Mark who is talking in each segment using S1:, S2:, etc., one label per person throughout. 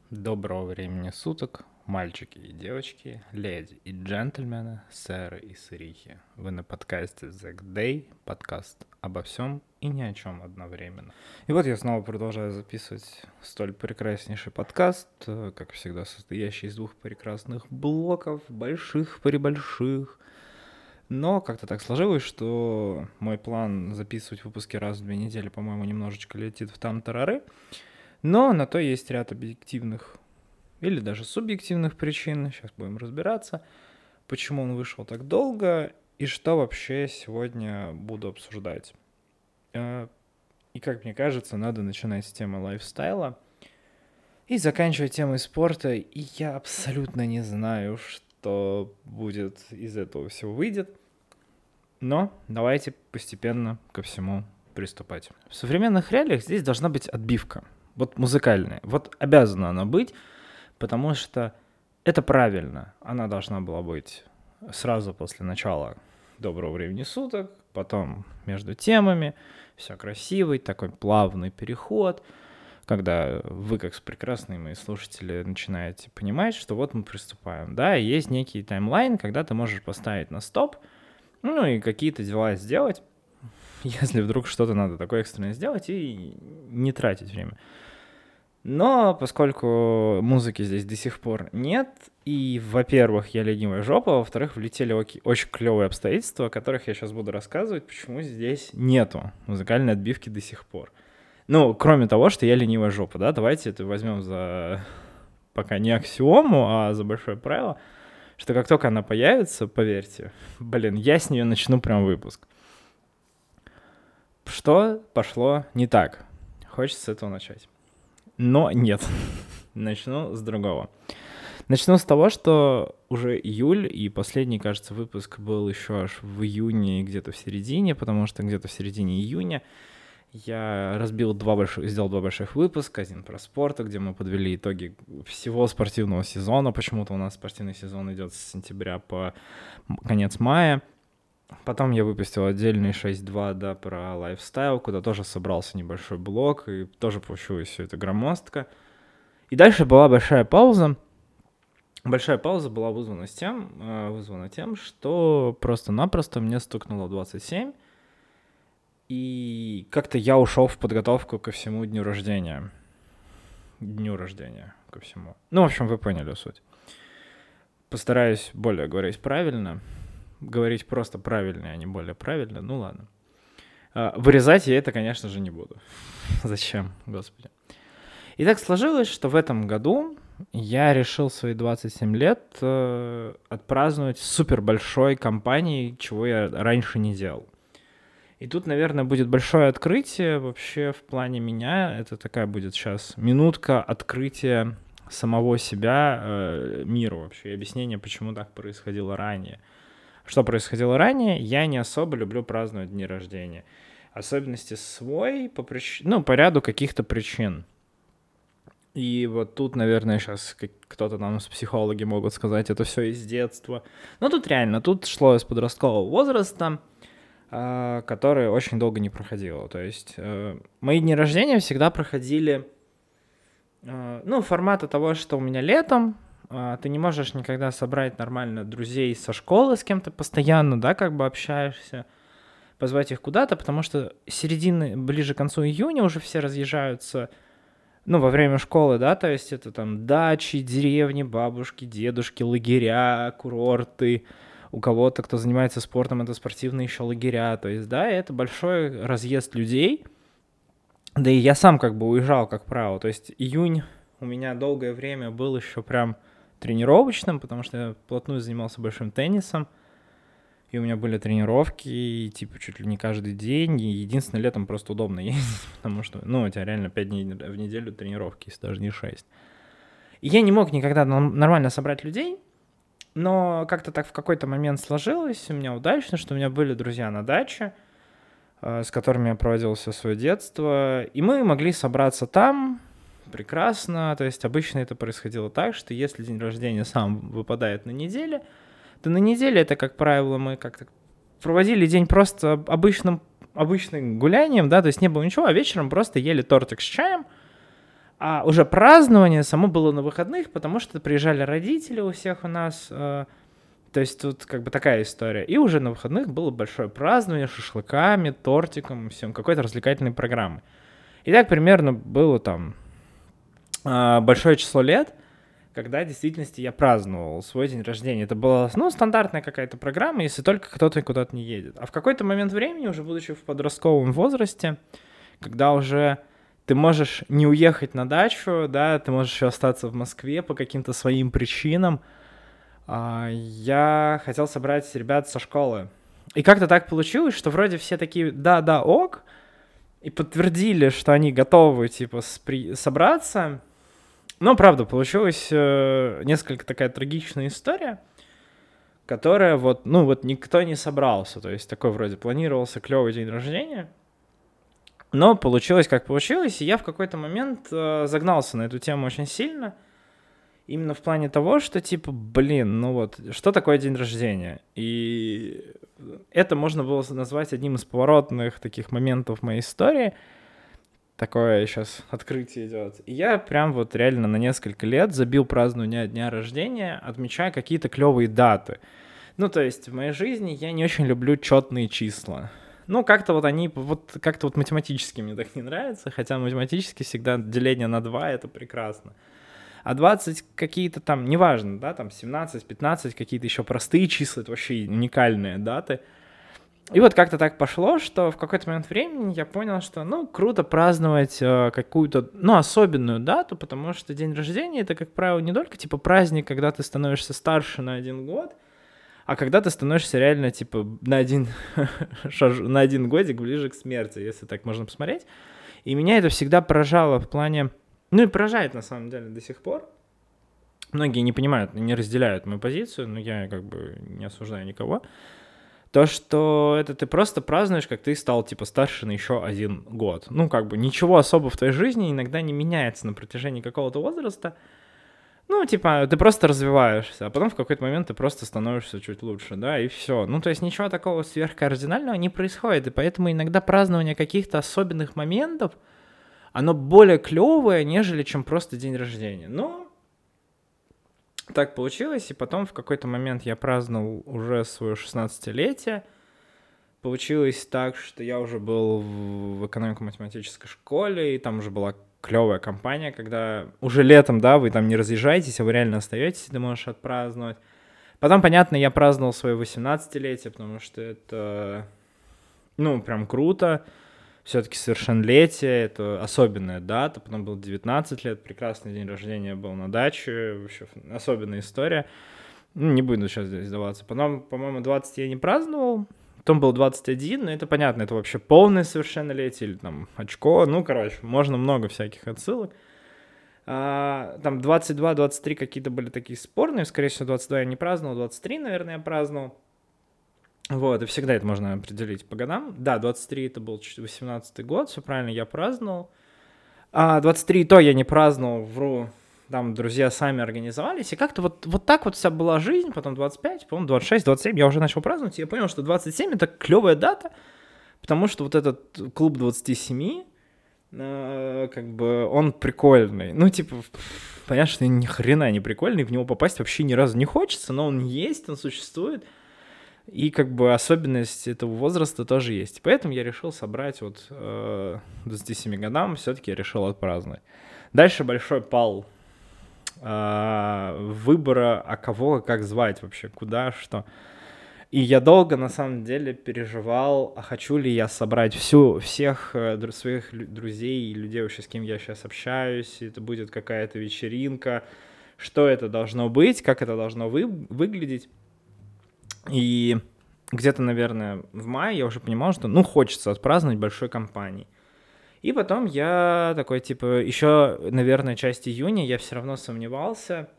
S1: Доброго времени суток, мальчики и девочки, леди и джентльмены, сэры и сырихи. Вы на подкасте Zack Day, подкаст обо всем и ни о чем одновременно. И вот я снова продолжаю записывать столь прекраснейший подкаст, как всегда состоящий из двух прекрасных блоков, больших-пребольших. Но как-то так сложилось, что мой план записывать выпуски раз в 2 недели, по-моему, немножечко летит в там-тарары. Но на то есть ряд объективных или даже субъективных причин, сейчас будем разбираться, почему он вышел так долго и что вообще сегодня буду обсуждать. И как мне кажется, надо начинать с темы лайфстайла и заканчивать темой спорта, и я абсолютно не знаю, что будет из этого всего выйдет, но давайте постепенно ко всему приступать. В современных реалиях здесь должна быть отбивка. Вот музыкальная. Вот обязана она быть, потому что это правильно. Она должна была быть сразу после начала доброго времени суток, потом между темами, все красивый, такой плавный переход, когда вы, как прекрасные мои слушатели, начинаете понимать, что вот мы приступаем. Да, и есть некий таймлайн, когда ты можешь поставить на стоп, ну и какие-то дела сделать, если вдруг что-то надо такое экстренное сделать, и не тратить время. Но поскольку музыки здесь до сих пор нет, и, во-первых, я ленивая жопа, а во-вторых, влетели очень клевые обстоятельства, о которых я сейчас буду рассказывать, почему здесь нету музыкальной отбивки до сих пор. Ну, кроме того, что я ленивая жопа, да, давайте это возьмем за пока не аксиому, а за большое правило, что как только она появится, поверьте, я с нее начну прям выпуск. Что пошло не так? Хочется с этого начать. Но нет, начну с другого. Начну с того, что уже июль, и последний, кажется, выпуск был еще аж в июне, где-то в середине, потому что где-то в середине июня я сделал два больших выпуска, один про спорт, где мы подвели итоги всего спортивного сезона. Почему-то у нас спортивный сезон идет с сентября по конец мая. Потом я выпустил отдельный 6.2, да, про лайфстайл, куда тоже собрался небольшой блок, и тоже получилось все это громоздко. И дальше была большая пауза. Большая пауза была вызвана тем, что просто-напросто мне стукнуло 27, и как-то я ушел в подготовку ко всему дню рождения. Ко всему. Ну, в общем, вы поняли суть. Постараюсь более говорить правильно. Говорить просто правильно, а не более правильно. Ну ладно. Вырезать я это, конечно же, не буду. Зачем, господи. И так сложилось, что в этом году я решил свои 27 лет отпраздновать супер большой компанией, чего я раньше не делал. И тут, наверное, будет большое открытие вообще в плане меня. Это такая будет сейчас минутка открытия самого себя миру вообще. И объяснение, почему так происходило ранее. Что происходило ранее, я не особо люблю праздновать дни рождения. Особенности свой по ряду каких-то причин. И вот тут, наверное, сейчас кто-то нам с психологи могут сказать, это все из детства. Но тут реально, тут шло из подросткового возраста, который очень долго не проходило. То есть мои дни рождения всегда проходили, формата того, что у меня летом, ты не можешь никогда собрать нормально друзей со школы, с кем ты постоянно, да, как бы общаешься, позвать их куда-то, потому что ближе к концу июня уже все разъезжаются, во время школы, да, то есть это там дачи, деревни, бабушки, дедушки, лагеря, курорты, у кого-то, кто занимается спортом, это спортивные еще лагеря, то есть, да, это большой разъезд людей, да и я сам как бы уезжал, как правило, то есть июнь у меня долгое время был еще прям тренировочным, потому что я вплотную занимался большим теннисом, и у меня были тренировки, и, чуть ли не каждый день, и единственное, летом просто удобно ездить, потому что, у тебя реально 5 дней в неделю тренировки, если даже не 6. И я не мог никогда нормально собрать людей, но как-то так в какой-то момент сложилось у меня удачно, что у меня были друзья на даче, с которыми я проводил все свое детство, и мы могли собраться там, прекрасно, то есть обычно это происходило так, что если день рождения сам выпадает на неделе, то на неделе это, как правило, мы как-то проводили день просто обычным гулянием, да, то есть не было ничего, а вечером просто ели тортик с чаем, А уже празднование само было на выходных, потому что приезжали родители у всех у нас. То есть тут как бы такая история. И уже на выходных было большое празднование с шашлыками, тортиком, всем какой-то развлекательной программой. И так примерно было там большое число лет, когда в действительности я праздновал свой день рождения. Это была, ну, стандартная какая-то программа, если только кто-то куда-то не едет. А в какой-то момент времени, уже будучи в подростковом возрасте, когда уже ты можешь не уехать на дачу, да, ты можешь еще остаться в Москве по каким-то своим причинам, я хотел собрать ребят со школы. И как-то так получилось, что вроде все такие, да, ок, и подтвердили, что они готовы, типа, собраться. Но, правда, получилась несколько такая трагичная история, которая вот, ну, вот никто не собрался. То есть такой вроде планировался клевый день рождения, но получилось как получилось, и я в какой-то момент загнался на эту тему очень сильно. Именно в плане того, что, типа, блин, ну вот, что такое день рождения? И это можно было назвать одним из поворотных таких моментов моей истории. Такое сейчас открытие идет. И я прям вот реально на несколько лет забил празднование дня рождения, отмечая какие-то клевые даты. Ну, то есть в моей жизни я не очень люблю четные числа. Ну, как-то вот они, вот как-то вот математически мне так не нравится, хотя математически всегда деление на 2 — это прекрасно. А 20 какие-то там, неважно, да, там 17, 15, какие-то еще простые числа, это вообще уникальные даты. И вот как-то так пошло, что в какой-то момент времени я понял, что, ну, круто праздновать какую-то, ну, особенную дату, потому что день рождения — это, как правило, не только, типа, праздник, когда ты становишься старше на 1 год, а когда ты становишься реально, типа, на один годик ближе к смерти, если так можно посмотреть. И меня это всегда поражало в плане, ну и поражает на самом деле до сих пор. Многие не понимают, не разделяют мою позицию, но я как бы не осуждаю никого. То, что это ты просто празднуешь, как ты стал, типа, старше на еще 1 год. Ну, как бы ничего особо в твоей жизни иногда не меняется на протяжении какого-то возраста. Ну, типа, ты просто развиваешься, а потом в какой-то момент ты просто становишься чуть лучше, да, и все. Ну, то есть ничего такого сверхкардинального не происходит, и поэтому иногда празднование каких-то особенных моментов, оно более клевое, нежели чем просто день рождения. Но так получилось, и потом в какой-то момент я праздновал уже свое 16-летие. Получилось так, что я уже был в экономико-математической школе, и там уже была клевая компания, когда уже летом, да, вы там не разъезжаетесь, а вы реально остаетесь, и ты можешь отпраздновать. Потом, понятно, я праздновал свое 18-летие, потому что это, ну, прям круто. Все-таки совершеннолетие, это особенная дата. Потом был 19 лет, прекрасный день рождения был на даче, вообще особенная история. Ну, не буду сейчас здесь сдаваться. Потом, по-моему, 20 я не праздновал. Потом был 21, но это понятно, это вообще полное совершеннолетие или там очко. Ну, короче, можно много всяких отсылок. Там 22, 23 какие-то были такие спорные. Скорее всего, 22 я не праздновал, 23, наверное, я праздновал. Вот, и всегда это можно определить по годам. Да, 23 это был 18-й год, все правильно, я праздновал. 23 то я не праздновал, вру. Там друзья сами организовались, и как-то вот так вот вся была жизнь, потом 25, по-моему, 26, 27 я уже начал праздновать, и я понял, что 27 это клевая дата, потому что вот этот клуб 27, как бы он прикольный. Ну, типа, понятно, что ни хрена не прикольный, в него попасть вообще ни разу не хочется, но он есть, он существует, и как бы особенность этого возраста тоже есть. Поэтому я решил собрать вот 27 годам, все-таки я решил отпраздновать. Дальше большой пал выбора, а кого как звать вообще, куда, что. И я долго, на самом деле, переживал, а хочу ли я собрать всех своих друзей и людей, вообще, с кем я сейчас общаюсь, это будет какая-то вечеринка, что это должно быть, как это должно выглядеть. И где-то, наверное, в мае я уже понимал, что, ну, хочется отпраздновать большой компанией. И потом я такой, типа, еще, наверное, часть июня я все равно сомневался,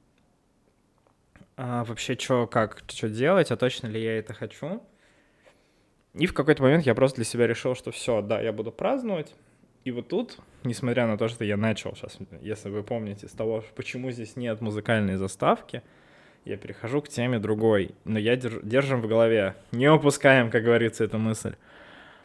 S1: вообще, что делать, а точно ли я это хочу. И в какой-то момент я просто для себя решил, что все, да, я буду праздновать. И вот тут, несмотря на то, что я начал сейчас, если вы помните, с того, почему здесь нет музыкальной заставки, я перехожу к теме другой. Но я держим в голове, не упускаем, как говорится, эту мысль.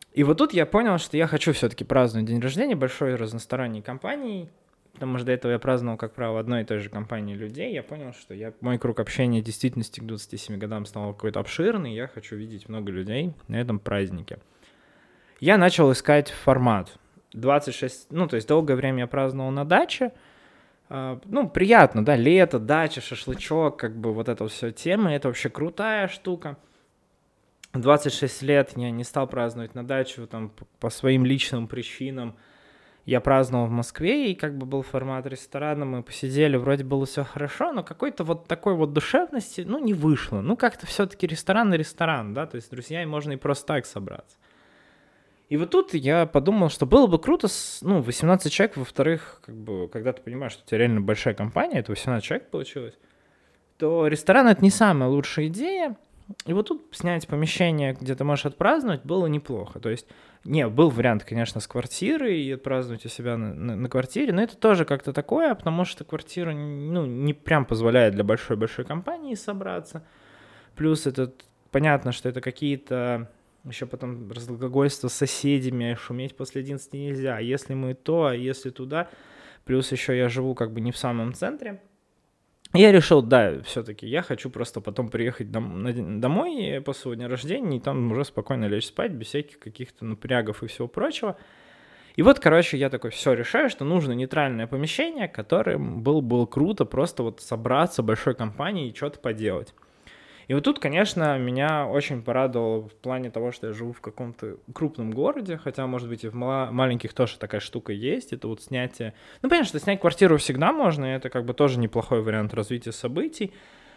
S1: И вот тут я понял, что я хочу все-таки праздновать день рождения большой разносторонней компанией, потому что до этого я праздновал, как правило, одной и той же компании людей. Я понял, что мой круг общения в действительности к 27 годам стал какой-то обширный, я хочу видеть много людей на этом празднике. Я начал искать формат. 26, то есть долгое время я праздновал на даче. Приятно, да, лето, дача, шашлычок, как бы вот эта вся тема, это вообще крутая штука. 26 лет я не стал праздновать на даче, там, по своим личным причинам. Я праздновал в Москве, и как бы был формат ресторана, мы посидели, вроде было все хорошо, но какой-то вот такой вот душевности, не вышло. Как-то все-таки ресторан и ресторан, да, то есть с друзьями можно и просто так собраться. И вот тут я подумал, что было бы круто, 18 человек, во-вторых, как бы, когда ты понимаешь, что у тебя реально большая компания, это 18 человек получилось, то ресторан — это не самая лучшая идея. И вот тут снять помещение, где ты можешь отпраздновать, было неплохо. То есть, был вариант, конечно, с квартиры и отпраздновать у себя на квартире, но это тоже как-то такое, потому что квартира, не прям позволяет для большой-большой компании собраться. Плюс это понятно, что это какие-то еще потом разглагольство с соседями, шуметь после 11 нельзя. А если мы то, а если туда. Плюс еще я живу как бы не в самом центре. Я решил, да, все-таки я хочу просто потом приехать домой после своего дня рождения и там уже спокойно лечь спать, без всяких каких-то напрягов и всего прочего. И вот, я такой все решаю, что нужно нейтральное помещение, которым было круто просто вот собраться большой компанией и что-то поделать. И вот тут, конечно, меня очень порадовало в плане того, что я живу в каком-то крупном городе, хотя, может быть, и в маленьких тоже такая штука есть, это вот снятие... понятно, что снять квартиру всегда можно, и это как бы тоже неплохой вариант развития событий.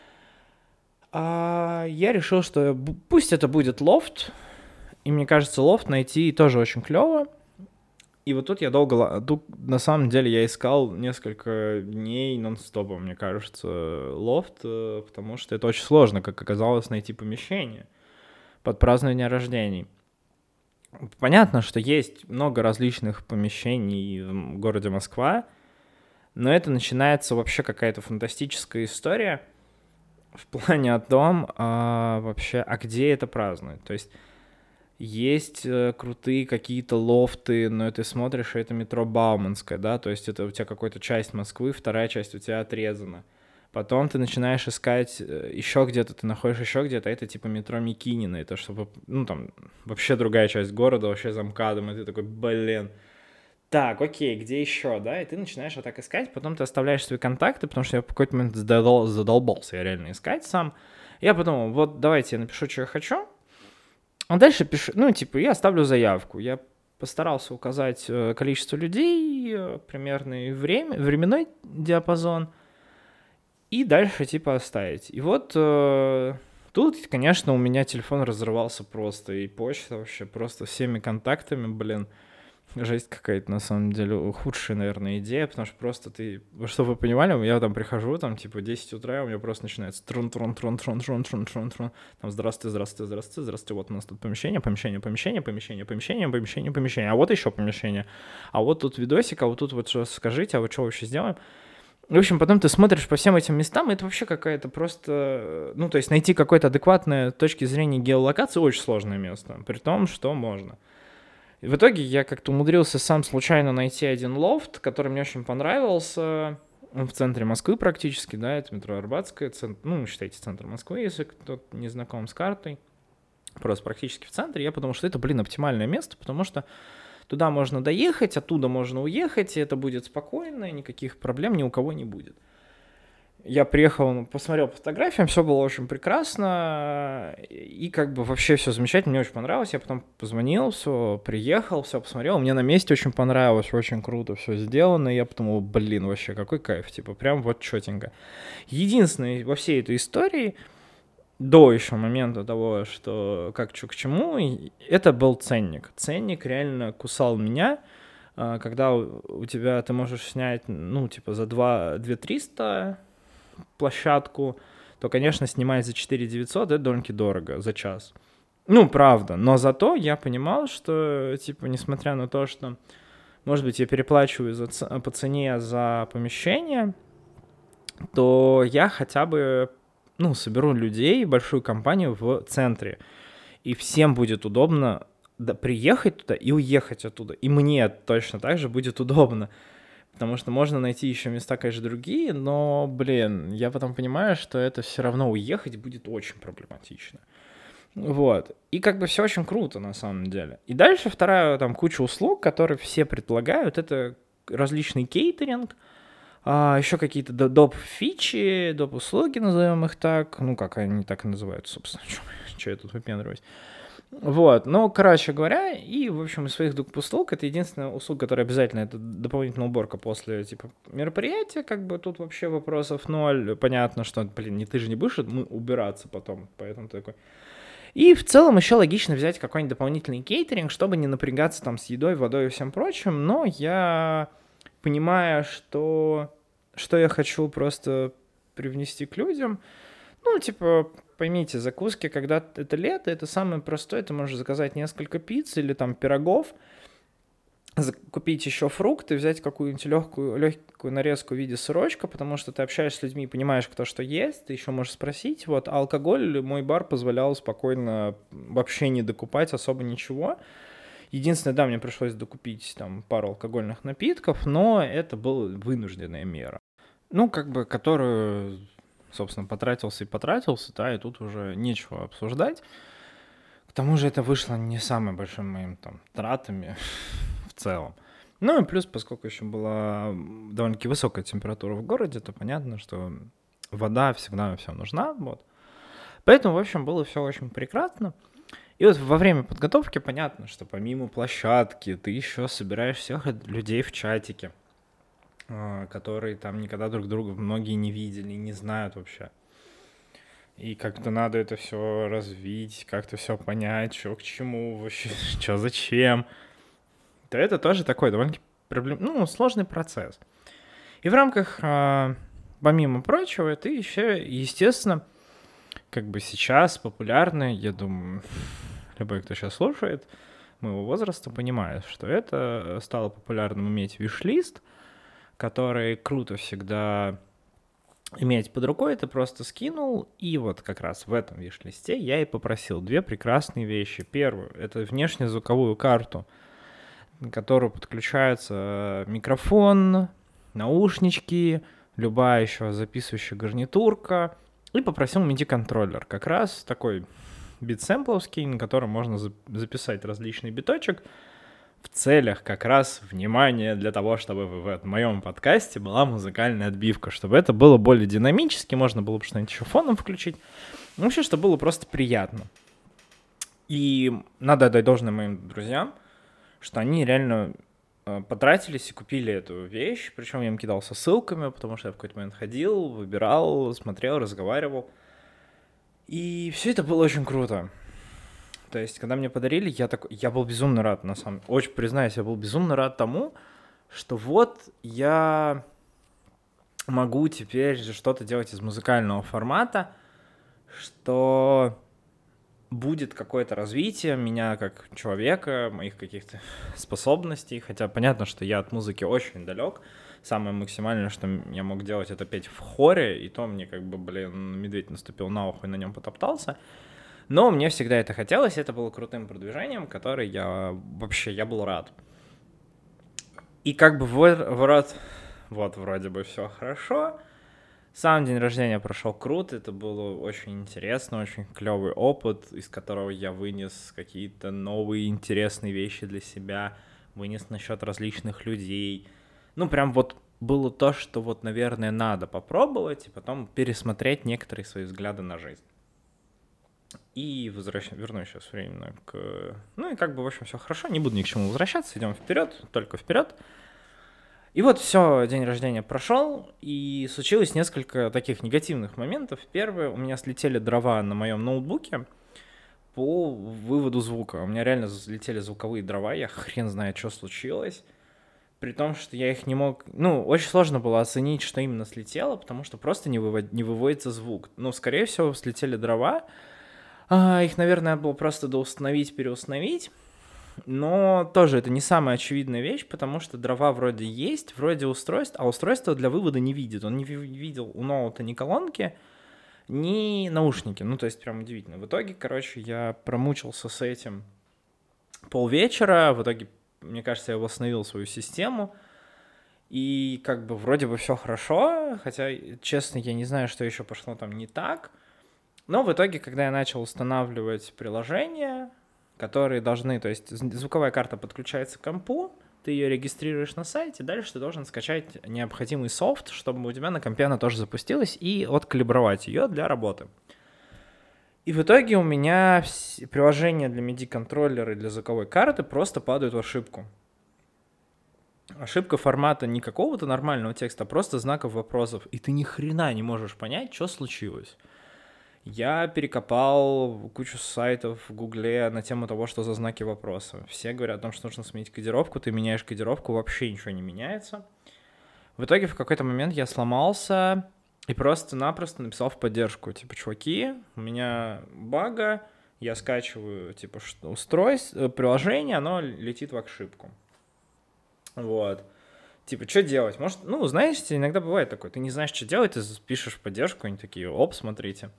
S1: Я решил, что пусть это будет лофт, и мне кажется, лофт найти тоже очень клево. И вот тут на самом деле я искал несколько дней нон-стопом, мне кажется, лофт, потому что это очень сложно, как оказалось, найти помещение под празднование рождений. Понятно, что есть много различных помещений в городе Москва, но это начинается вообще какая-то фантастическая история в плане о том, вообще, где это празднуют. То есть есть крутые какие-то лофты, но ты смотришь, это метро Бауманская, да, то есть это у тебя какая-то часть Москвы, вторая часть у тебя отрезана. Потом ты начинаешь искать еще где-то, ты находишь еще где-то, это типа метро Микинина, это чтобы, там вообще другая часть города, вообще за МКАДом, и ты такой, блин. Так, окей, где еще, да, и ты начинаешь вот так искать, потом ты оставляешь свои контакты, потому что я в какой-то момент задолбался я реально искать сам. Я подумал, вот давайте я напишу, что я хочу, а дальше пишу, я оставлю заявку. Я постарался указать количество людей, примерный временной диапазон, и дальше оставить. И вот тут, конечно, у меня телефон разрывался просто, и почта вообще просто всеми контактами, блин. Жесть какая-то, на самом деле, худшая, наверное, идея, потому что просто чтобы вы понимали, я там прихожу, 10 утра, у меня просто начинается трун-трун-трун-трун-трун-трун-трун-трун, там здравствуйте, вот у нас тут помещение, а вот еще помещение, а вот тут видосик, а вот тут вот что скажите, а вот что вообще сделаем? В общем, потом ты смотришь по всем этим местам, и это вообще какая-то просто... то есть найти какое-то адекватное с точки зрения геолокации очень сложное место, при том, что можно. И в итоге я как-то умудрился сам случайно найти один лофт, который мне очень понравился. Он в центре Москвы практически, да, это метро Арбатская, считайте, центр Москвы, если кто-то не знаком с картой. Просто практически в центре. Я подумал, что это, оптимальное место, потому что туда можно доехать, оттуда можно уехать, и это будет спокойно, никаких проблем ни у кого не будет. Я приехал, посмотрел по фотографиям, все было очень прекрасно, и вообще все замечательно, мне очень понравилось. Я потом позвонил, все, приехал, все посмотрел, мне на месте очень понравилось, очень круто все сделано, и я подумал, вообще какой кайф, прям вот чётенько. Единственное во всей этой истории, до еще момента того, что как что к чему, это был ценник. Ценник реально кусал меня, когда у тебя ты можешь снять, за 2 300 площадку, то, конечно, снимать за 4 900 это довольно-таки дорого за час. Правда. Но зато я понимал, что, несмотря на то, что, может быть, я переплачиваю по цене за помещение, то я хотя бы, соберу людей, большую компанию в центре. И всем будет удобно приехать туда и уехать оттуда. И мне точно так же будет удобно. Потому что можно найти еще места, конечно, другие, но, блин, я потом понимаю, что это все равно уехать будет очень проблематично. Вот. И как бы все очень круто на самом деле. И дальше вторая там куча услуг, которые все предлагают, это различный кейтеринг, еще какие-то доп-фичи, доп-услуги, назовем их так. Ну, как они так и называются, собственно. Что я тут выпендриваюсь. Вот, ну, короче говоря, и, в общем, из своих услуг, это единственная услуга, которая обязательно, это дополнительная уборка после, типа, мероприятия, как бы тут вообще вопросов ноль, понятно, что, блин, не ты же не будешь убираться потом, поэтому ты такой. И в целом еще логично взять какой-нибудь дополнительный кейтеринг, чтобы не напрягаться там с едой, водой и всем прочим, но я, понимая, что я хочу просто привнести к людям, ну, типа, поймите, закуски, когда это лето, это самое простое. Ты можешь заказать несколько пиц или там пирогов, купить еще фрукты, взять какую-нибудь легкую нарезку в виде сырочка, потому что ты общаешься с людьми и понимаешь, кто что ест, ты еще можешь спросить. Вот, а алкоголь мой бар позволял спокойно вообще не докупать особо ничего. Единственное, да, мне пришлось докупить там пару алкогольных напитков, но это была вынужденная мера. Ну, как бы, которую, собственно, потратился, да, и тут уже нечего обсуждать. К тому же это вышло не самым большим моим там тратами в целом. Ну и плюс, поскольку еще была довольно-таки высокая температура в городе, то понятно, что вода всегда всем нужна, вот. Поэтому, в общем, было все очень прекрасно. И вот во время подготовки понятно, что помимо площадки ты еще собираешь всех людей в чатике, которые там никогда друг друга многие не видели, не знают вообще. И как-то надо это все развить, как-то все понять, что к чему вообще, что зачем. То это тоже такой довольно-таки сложный процесс. И в рамках, помимо прочего, ты еще, естественно, как бы сейчас популярны, я думаю, любой, кто сейчас слушает, моего возраста, понимает, что это стало популярным иметь виш-лист, который круто всегда иметь под рукой, ты просто скинул, и вот как раз в этом виш-листе я и попросил две прекрасные вещи. Первую — это внешнезвуковую карту, на которую подключается микрофон, наушнички, любая еще записывающая гарнитурка, и попросил MIDI-контроллер, как раз такой бит-сэмпловский, на котором можно записать различный биточек, в целях как раз внимания для того, чтобы в моем подкасте была музыкальная отбивка, чтобы это было более динамически, можно было бы что-нибудь еще фоном включить. Вообще, чтобы было просто приятно. И надо отдать должное моим друзьям, что они реально потратились и купили эту вещь, причем я им кидался ссылками, потому что я в какой-то момент ходил, выбирал, смотрел, разговаривал. И все это было очень круто. То есть, когда мне подарили, я был безумно рад, на самом деле. Очень признаюсь, я был безумно рад тому, что вот я могу теперь что-то делать из музыкального формата, что будет какое-то развитие меня как человека, моих каких-то способностей. Хотя понятно, что я от музыки очень далек. Самое максимальное, что я мог делать, это петь в хоре, и то мне как бы, медведь наступил на ухо и на нем потоптался. Но мне всегда это хотелось, это было крутым продвижением, которое я был рад. И как бы вот вроде бы все хорошо. Сам день рождения прошел круто, это было очень интересно, очень клевый опыт, из которого я вынес какие-то новые интересные вещи для себя, вынес насчет различных людей. Ну, прям вот было то, что вот, наверное, надо попробовать и потом пересмотреть некоторые свои взгляды на жизнь. И вернусь сейчас временно к... Ну и как бы, в общем, все хорошо, не буду ни к чему возвращаться, идем вперед, только вперед. И вот все, день рождения прошел, и случилось несколько таких негативных моментов. Первое, у меня слетели дрова на моем ноутбуке по выводу звука. У меня реально слетели звуковые дрова, я хрен знает, что случилось. При том, что я их не мог... Ну, очень сложно было оценить, что именно слетело, потому что просто не выводится звук. Ну, скорее всего, слетели дрова. Их, наверное, надо было просто доустановить, переустановить. Но тоже это не самая очевидная вещь, потому что дрова вроде есть, вроде устройство, а устройство для вывода не видит. Он не видел у ноута ни колонки, ни наушники. Ну, то есть прям удивительно. В итоге, короче, я промучился с этим полвечера, в итоге, мне кажется, я восстановил свою систему, и как бы вроде бы все хорошо, хотя, честно, я не знаю, что еще пошло там не так, но в итоге, когда я начал устанавливать приложения, которые должны, то есть звуковая карта подключается к компу, ты ее регистрируешь на сайте, дальше ты должен скачать необходимый софт, чтобы у тебя на компе она тоже запустилась, и откалибровать ее для работы. И в итоге у меня приложения для MIDI-контроллера и для звуковой карты просто падают в ошибку. Ошибка формата не какого-то нормального текста, а просто знаков вопросов. И ты ни хрена не можешь понять, что случилось. Я перекопал кучу сайтов в Гугле на тему того, что за знаки вопроса. Все говорят о том, что нужно сменить кодировку, ты меняешь кодировку, вообще ничего не меняется. В итоге в какой-то момент я сломался и просто-напросто написал в поддержку, типа, чуваки, у меня бага, я скачиваю, типа, устройство, приложение, оно летит в ошибку. Вот. Типа, что делать? Может, ну, знаешь, иногда бывает такое, ты не знаешь, что делать, ты пишешь в поддержку, они такие, оп, смотрите.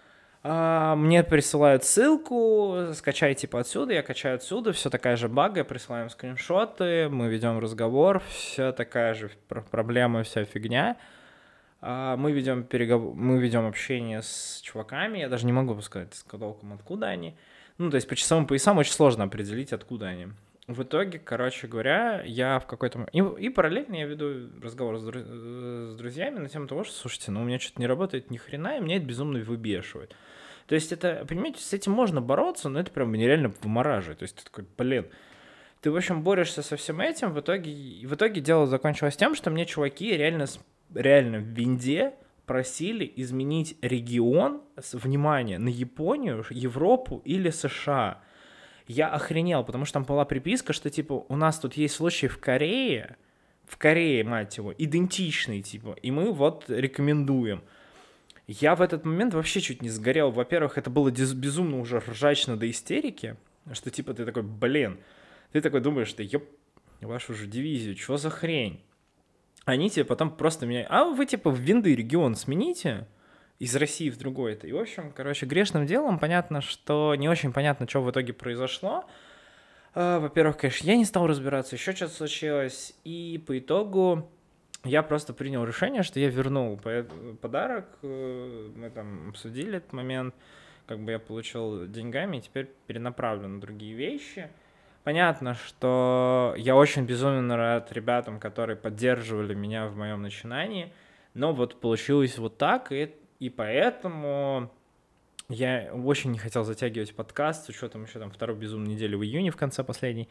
S1: Мне присылают ссылку, скачай типа отсюда, я качаю отсюда, все такая же бага, присылаем скриншоты, мы ведем разговор, все такая же проблема, вся фигня. Мы ведем общение с чуваками, я даже не могу сказать с толком, откуда они. Ну, то есть по часовым поясам очень сложно определить, откуда они. В итоге, короче говоря, я в какой-то... И параллельно я веду разговор с друзьями на тему того, что, слушайте, ну у меня что-то не работает ни хрена, и меня это безумно выбешивает. То есть это, понимаете, с этим можно бороться, но это прям нереально вымораживает. То есть ты такой, блин, ты, в общем, борешься со всем этим, в итоге дело закончилось тем, что мне чуваки реально в винде просили изменить регион, внимание, на Японию, Европу или США. Я охренел, потому что там была приписка, что, типа, у нас тут есть случай в Корее, мать его, идентичный, типа, и мы вот рекомендуем. Я в этот момент вообще чуть не сгорел. Во-первых, это было безумно уже ржачно до истерики, что, типа, ты такой, блин, ты такой думаешь, что ёп, вашу же дивизию, что за хрень? Они тебе потом просто меня, вы, типа, в винды регион смените, из России в другой-то. И, в общем, короче, грешным делом понятно, что не очень понятно, что в итоге произошло. Во-первых, конечно, я не стал разбираться, еще что-то случилось. И по итогу я просто принял решение, что я вернул подарок. Мы там обсудили этот момент. Как бы я получил деньгами и теперь перенаправлю на другие вещи. Понятно, что я очень безумно рад ребятам, которые поддерживали меня в моем начинании. Но вот получилось вот так, и поэтому я очень не хотел затягивать подкаст с учетом еще там второй безумной недели в июне в конце последней.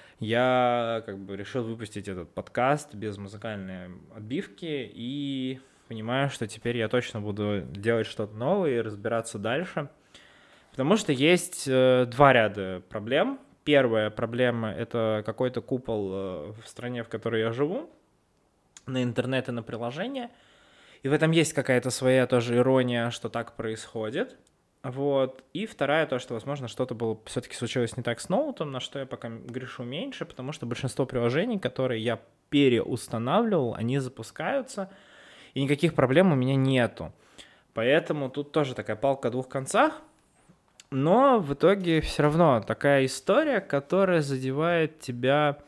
S1: Я как бы решил выпустить этот подкаст без музыкальной отбивки и понимаю, что теперь я точно буду делать что-то новое и разбираться дальше. Потому что есть два ряда проблем. Первая проблема — это какой-то купол в стране, в которой я живу, на интернет и на приложение. И в этом есть какая-то своя тоже ирония, что так происходит. Вот. И вторая, то, что, возможно, что-то было все-таки случилось не так с ноутом, на что я пока грешу меньше, потому что большинство приложений, которые я переустанавливал, они запускаются, и никаких проблем у меня нету. Поэтому тут тоже такая палка о двух концах. Но в итоге все равно такая история, которая задевает тебя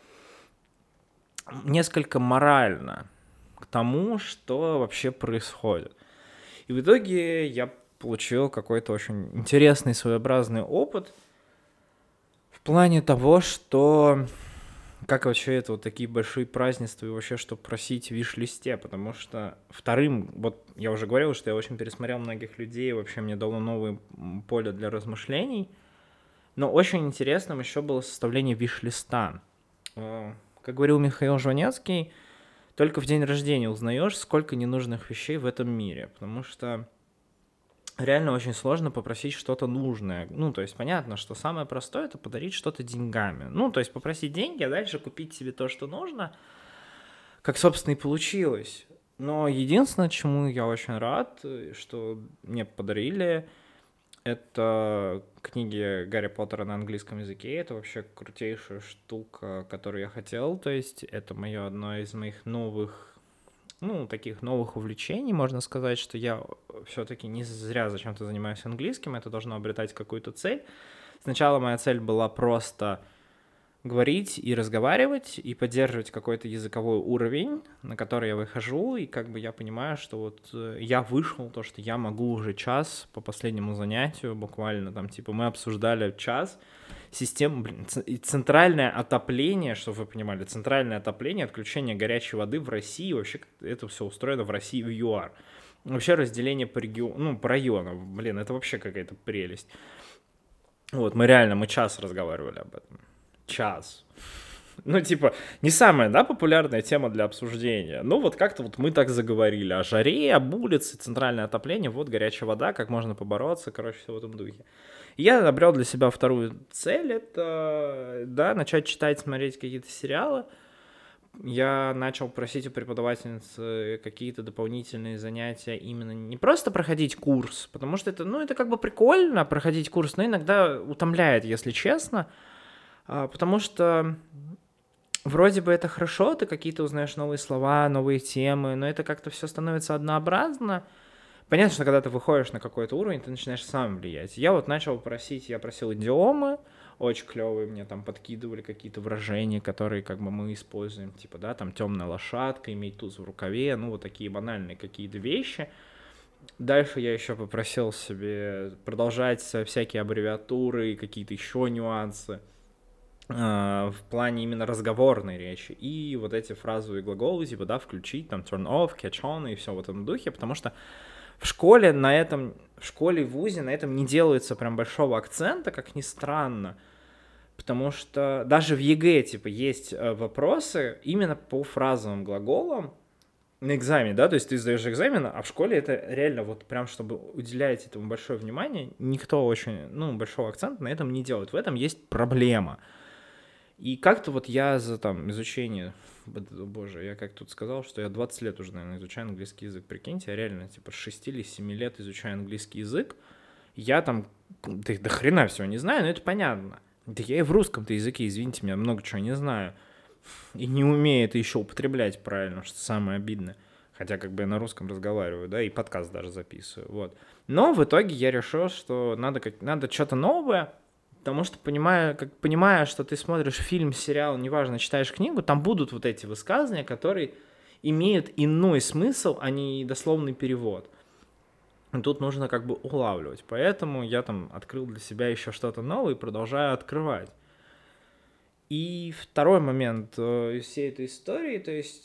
S1: несколько морально к тому, что вообще происходит. И в итоге я получил какой-то очень интересный, своеобразный опыт в плане того, что как вообще это вот такие большие празднества и вообще что просить в виш-листе, потому что вторым, вот я уже говорил, что я очень пересмотрел многих людей, вообще мне дало новое поле для размышлений, но очень интересным еще было составление виш-листа. Как говорил Михаил Жванецкий, только в день рождения узнаешь, сколько ненужных вещей в этом мире, потому что реально очень сложно попросить что-то нужное. Ну, то есть понятно, что самое простое — это подарить что-то деньгами. Ну, то есть попросить деньги, а дальше купить себе то, что нужно, как, собственно, и получилось. Но единственное, чему я очень рад, что мне подарили, это книги Гарри Поттера на английском языке. Это вообще крутейшая штука, которую я хотел. То есть это одно из моих таких новых увлечений, можно сказать, что я все-таки не зря зачем-то занимаюсь английским, это должно обретать какую-то цель. Сначала моя цель была просто говорить и разговаривать, и поддерживать какой-то языковой уровень, на который я выхожу, и как бы я понимаю, что вот я вышел, то, что я могу уже час по последнему занятию, буквально там, типа, мы обсуждали час, систему, и центральное отопление, чтобы вы понимали, центральное отопление, отключение горячей воды в России, вообще это все устроено в России в ЮАР. Вообще разделение по региону, ну, по районам, блин, это вообще какая-то прелесть. Вот, мы час разговаривали об этом. Час. Ну, типа, не самая, да, популярная тема для обсуждения. Ну, вот как-то вот мы так заговорили о жаре, об улице, центральное отопление, вот горячая вода, как можно побороться, короче, все в этом духе. И я обрел для себя вторую цель, это, да, начать читать, смотреть какие-то сериалы. Я начал просить у преподавательницы какие-то дополнительные занятия, именно не просто проходить курс, потому что это, ну, это как бы прикольно проходить курс, но иногда утомляет, если честно, потому что вроде бы это хорошо, ты какие-то узнаешь новые слова, новые темы, но это как-то все становится однообразно. Понятно, что когда ты выходишь на какой-то уровень, ты начинаешь сам влиять. Я вот начал просить, я просил идиомы, очень клевые, мне там подкидывали какие-то выражения, которые как бы мы используем, типа, да, там темная лошадка, иметь туз в рукаве, ну вот такие банальные какие-то вещи. Дальше я еще попросил себе продолжать всякие аббревиатуры и какие-то еще нюансы в плане именно разговорной речи. И вот эти фразовые глаголы, типа, да, включить, там, turn off, catch on и все в этом духе, потому что в школе в школе, в вузе на этом не делается прям большого акцента, как ни странно, потому что даже в ЕГЭ, типа, есть вопросы именно по фразовым глаголам на экзамене, да, то есть ты сдаешь экзамен, а в школе это реально вот прям, чтобы уделять этому большое внимание, никто очень, ну, большого акцента на этом не делает, в этом есть проблема. И как-то вот я за там изучение, боже, я как тут сказал, что я 20 лет уже, наверное, изучаю английский язык, прикиньте, я реально типа 6 или 7 лет изучаю английский язык, я там до хрена всего не знаю, но это понятно. Да я и в русском-то языке, извините меня, много чего не знаю. И не умею это еще употреблять правильно, что самое обидное. Хотя как бы я на русском разговариваю, да, и подкаст даже записываю, вот. Но в итоге я решил, что надо что-то новое, потому что понимая, что ты смотришь фильм, сериал, неважно, читаешь книгу, там будут вот эти высказывания, которые имеют иной смысл, а не дословный перевод. И тут нужно как бы улавливать. Поэтому я там открыл для себя еще что-то новое и продолжаю открывать. И второй момент из всей этой истории, то есть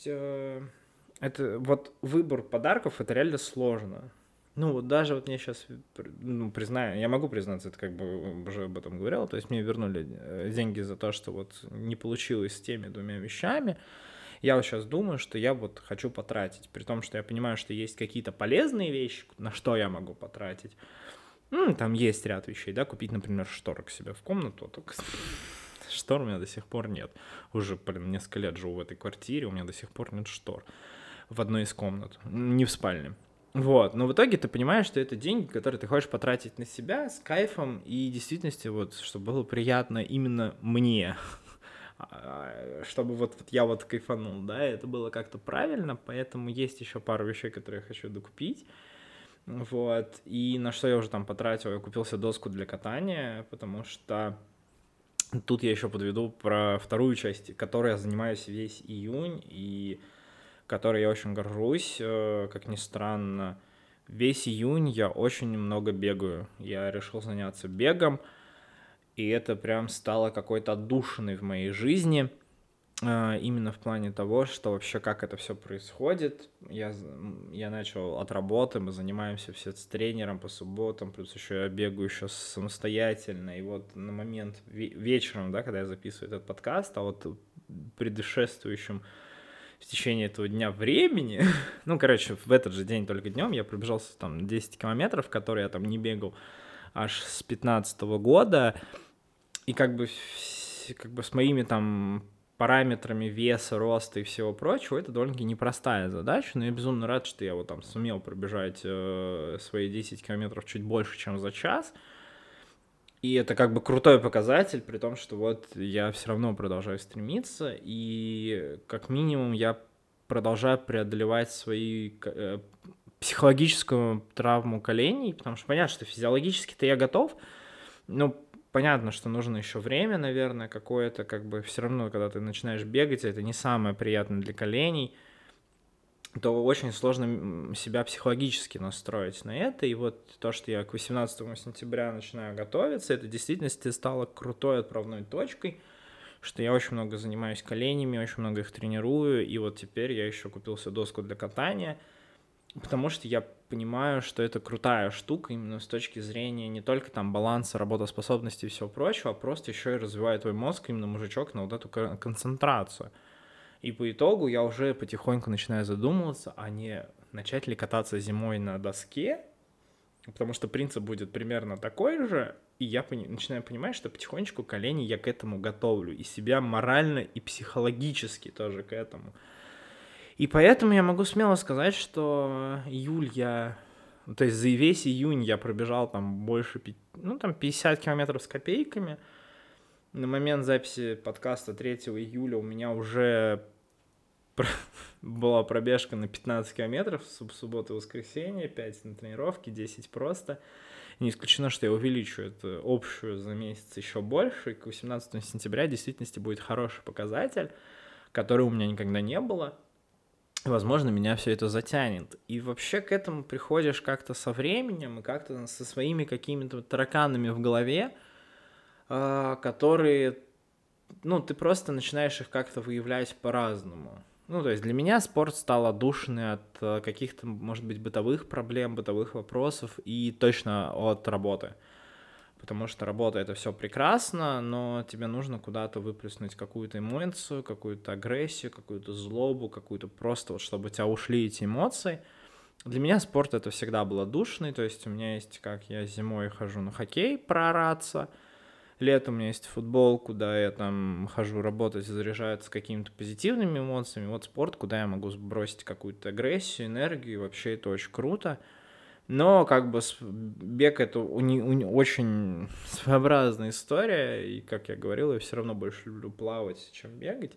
S1: это вот выбор подарков, это реально сложно. Ну вот даже вот мне сейчас, ну, признаю, я могу признаться, это как бы уже об этом говорил, то есть мне вернули деньги за то, что вот не получилось с теми двумя вещами. Я вот сейчас думаю, что я вот хочу потратить, при том, что я понимаю, что есть какие-то полезные вещи, на что я могу потратить. Ну, там есть ряд вещей, да, купить, например, шторы к себе в комнату, только штор у меня до сих пор нет. Уже, блин, несколько лет живу в этой квартире, у меня до сих пор нет штор в одной из комнат, не в спальне. Вот, но в итоге ты понимаешь, что это деньги, которые ты хочешь потратить на себя с кайфом и действительности, вот, чтобы было приятно именно мне, чтобы вот я вот кайфанул, да, это было как-то правильно, поэтому есть еще пару вещей, которые я хочу докупить, вот, и на что я уже там потратил, я купил себе доску для катания, потому что тут я еще подведу про вторую часть, которой я занимаюсь весь июнь, и которой я очень горжусь, как ни странно. Весь июнь я очень много бегаю. Я решил заняться бегом, и это прям стало какой-то отдушиной в моей жизни. Именно в плане того, что вообще как это все происходит. Я начал от работы, мы занимаемся все с тренером по субботам, плюс еще я бегаю еще самостоятельно. И вот на момент вечером, да, когда я записываю этот подкаст, а вот предшествующим в течение этого дня времени, ну, короче, в этот же день только днем я пробежался там 10 километров, которые я там не бегал аж с 15 года, и как бы с моими там параметрами веса, роста и всего прочего, это довольно-таки непростая задача, но я безумно рад, что я вот там сумел пробежать свои 10 километров чуть больше, чем за час. И это как бы крутой показатель, при том, что вот я все равно продолжаю стремиться, и как минимум я продолжаю преодолевать психологическую травму коленей, потому что понятно, что физиологически-то я готов, но понятно, что нужно еще время, наверное, какое-то, как бы все равно, когда ты начинаешь бегать, это не самое приятное для коленей, то очень сложно себя психологически настроить на это. И вот то, что я к 18 сентября начинаю готовиться, это в действительности стало крутой отправной точкой, что я очень много занимаюсь коленями, очень много их тренирую, и вот теперь я еще купил себе доску для катания, потому что я понимаю, что это крутая штука именно с точки зрения не только там баланса, работоспособности и всего прочего, а просто еще и развивает твой мозг, именно мужичок, на вот эту концентрацию. И по итогу я уже потихоньку начинаю задумываться, а не начать ли кататься зимой на доске, потому что принцип будет примерно такой же, и я начинаю понимать, что потихонечку колени я к этому готовлю, и себя морально и психологически тоже к этому. И поэтому я могу смело сказать, что то есть за весь июнь я пробежал там больше, там 50 километров с копейками. На момент записи подкаста 3 июля у меня уже была пробежка на 15 километров в субботу и воскресенье, 5 на тренировке, 10 просто. Не исключено, что я увеличу эту общую за месяц еще больше, и к 18 сентября в действительности будет хороший показатель, который у меня никогда не было. Возможно, меня все это затянет. И вообще к этому приходишь как-то со временем и как-то со своими какими-то тараканами в голове, которые, ты просто начинаешь их как-то выявлять по-разному. То есть для меня спорт стал отдушиной от каких-то, может быть, бытовых проблем, бытовых вопросов и точно от работы. Потому что работа — это все прекрасно, но тебе нужно куда-то выплеснуть какую-то эмоцию, какую-то агрессию, какую-то злобу, какую-то просто, вот, чтобы у тебя ушли эти эмоции. Для меня спорт — это всегда было душный, то есть у меня есть, как я зимой хожу на хоккей проораться, летом у меня есть футбол, куда я там хожу работать и заряжаться какими-то позитивными эмоциями. Вот спорт, куда я могу сбросить какую-то агрессию, энергию, и вообще это очень круто. Но как бы бег — это очень своеобразная история, и, как я говорил, я все равно больше люблю плавать, чем бегать.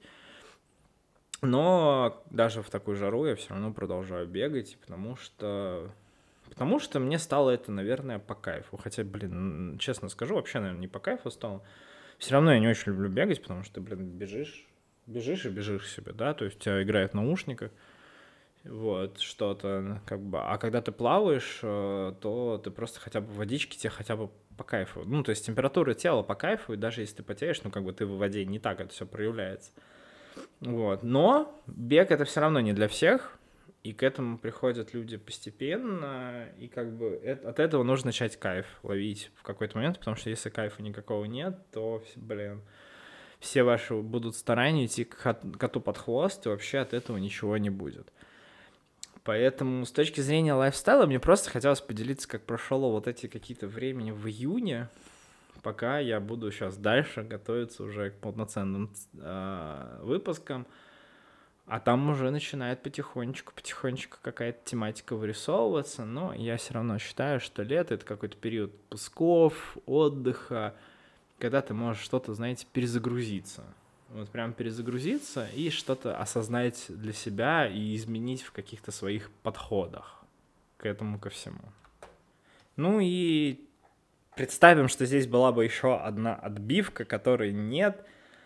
S1: Но даже в такую жару я все равно продолжаю бегать, потому что мне стало это, наверное, по кайфу. Хотя, честно скажу, вообще, наверное, не по кайфу стало. Все равно я не очень люблю бегать, потому что, бежишь и бежишь себе, да, то есть у тебя играет в наушниках, вот, что-то, как бы, а когда ты плаваешь, то ты просто хотя бы в водичке, тебе хотя бы по кайфу, то есть температура тела по кайфу, и даже если ты потеешь, как бы ты в воде, не так это все проявляется, вот, но бег — это все равно не для всех, и к этому приходят люди постепенно, и как бы от этого нужно начать кайф ловить в какой-то момент, потому что если кайфа никакого нет, то, все ваши будут старания идти к коту под хвост, и вообще от этого ничего не будет. Поэтому с точки зрения лайфстайла мне просто хотелось поделиться, как прошло вот эти какие-то времени в июне, пока я буду сейчас дальше готовиться уже к полноценным выпускам, а там уже начинает потихонечку какая-то тематика вырисовываться, но я все равно считаю, что лето — это какой-то период пусков, отдыха, когда ты можешь что-то, знаете, перезагрузиться. Вот прям перезагрузиться и что-то осознать для себя и изменить в каких-то своих подходах к этому ко всему. Ну и представим, что здесь была бы еще одна отбивка, которой нет.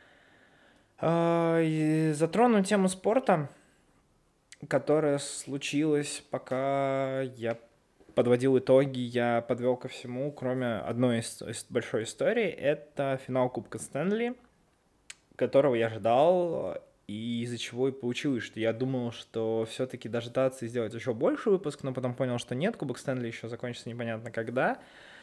S1: И затрону тему спорта, которая случилась, пока я подводил итоги, я подвел ко всему, кроме одной большой истории, это финал Кубка Стэнли, которого я ждал, и из-за чего и получилось, что я думал, что все-таки дождаться и сделать еще больше выпуск, но потом понял, что нет, Кубок Стэнли еще закончится непонятно когда.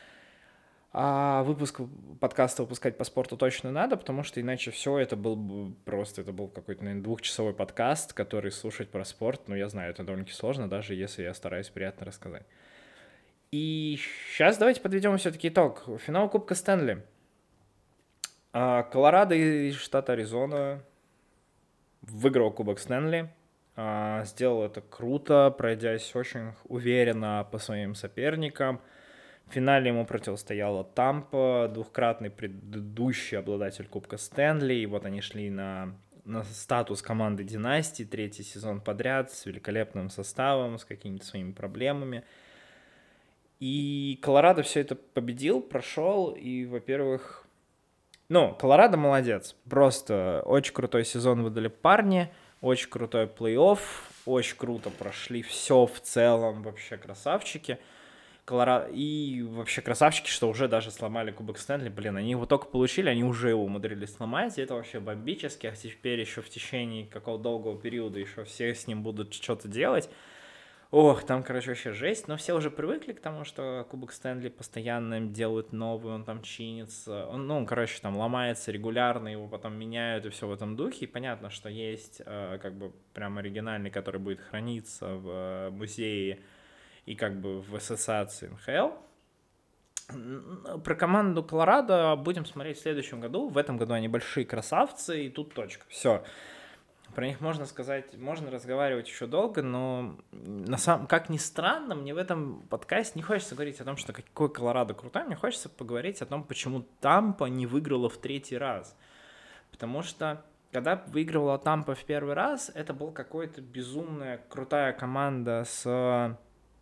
S1: А выпуск подкаста выпускать по спорту точно надо, потому что иначе все это был бы просто, это был какой-то, наверное, 2-часовой подкаст, который слушать про спорт, я знаю, это довольно-таки сложно, даже если я стараюсь приятно рассказать. И сейчас давайте подведем все-таки итог. Финал Кубка Стэнли. Колорадо из штата Аризона выиграл Кубок Стэнли. Сделал это круто, пройдясь очень уверенно по своим соперникам. В финале ему противостояла Тампа, двукратный предыдущий обладатель Кубка Стэнли. И вот они шли на статус команды династии, 3-й сезон подряд, с великолепным составом, с какими-то своими проблемами. И Колорадо все это победил, прошел, и, во-первых, ну, Колорадо молодец. Просто очень крутой сезон выдали парни, очень крутой плей-офф, очень круто прошли все в целом, вообще красавчики. И вообще красавчики, что уже даже сломали Кубок Стэнли. Блин, они его только получили, они уже его умудрились сломать, и это вообще бомбически. А теперь еще в течение какого-то долгого периода еще все с ним будут что-то делать. Ох, там, короче, вообще жесть. Но все уже привыкли к тому, что Кубок Стэнли постоянно им делают новый, он там чинится. Он, короче, там ломается регулярно, его потом меняют и все в этом духе. И понятно, что есть как бы прям оригинальный, который будет храниться в музее и как бы в ассоциации НХЛ. Про команду Колорадо будем смотреть в следующем году. В этом году они большие красавцы, и тут точка. Все. Про них можно сказать, можно разговаривать еще долго, но как ни странно, мне в этом подкасте не хочется говорить о том, что какой Колорадо крутой, мне хочется поговорить о том, почему Тампа не выиграла в третий раз. Потому что когда выигрывала Тампа в первый раз, это была какая-то безумная крутая команда с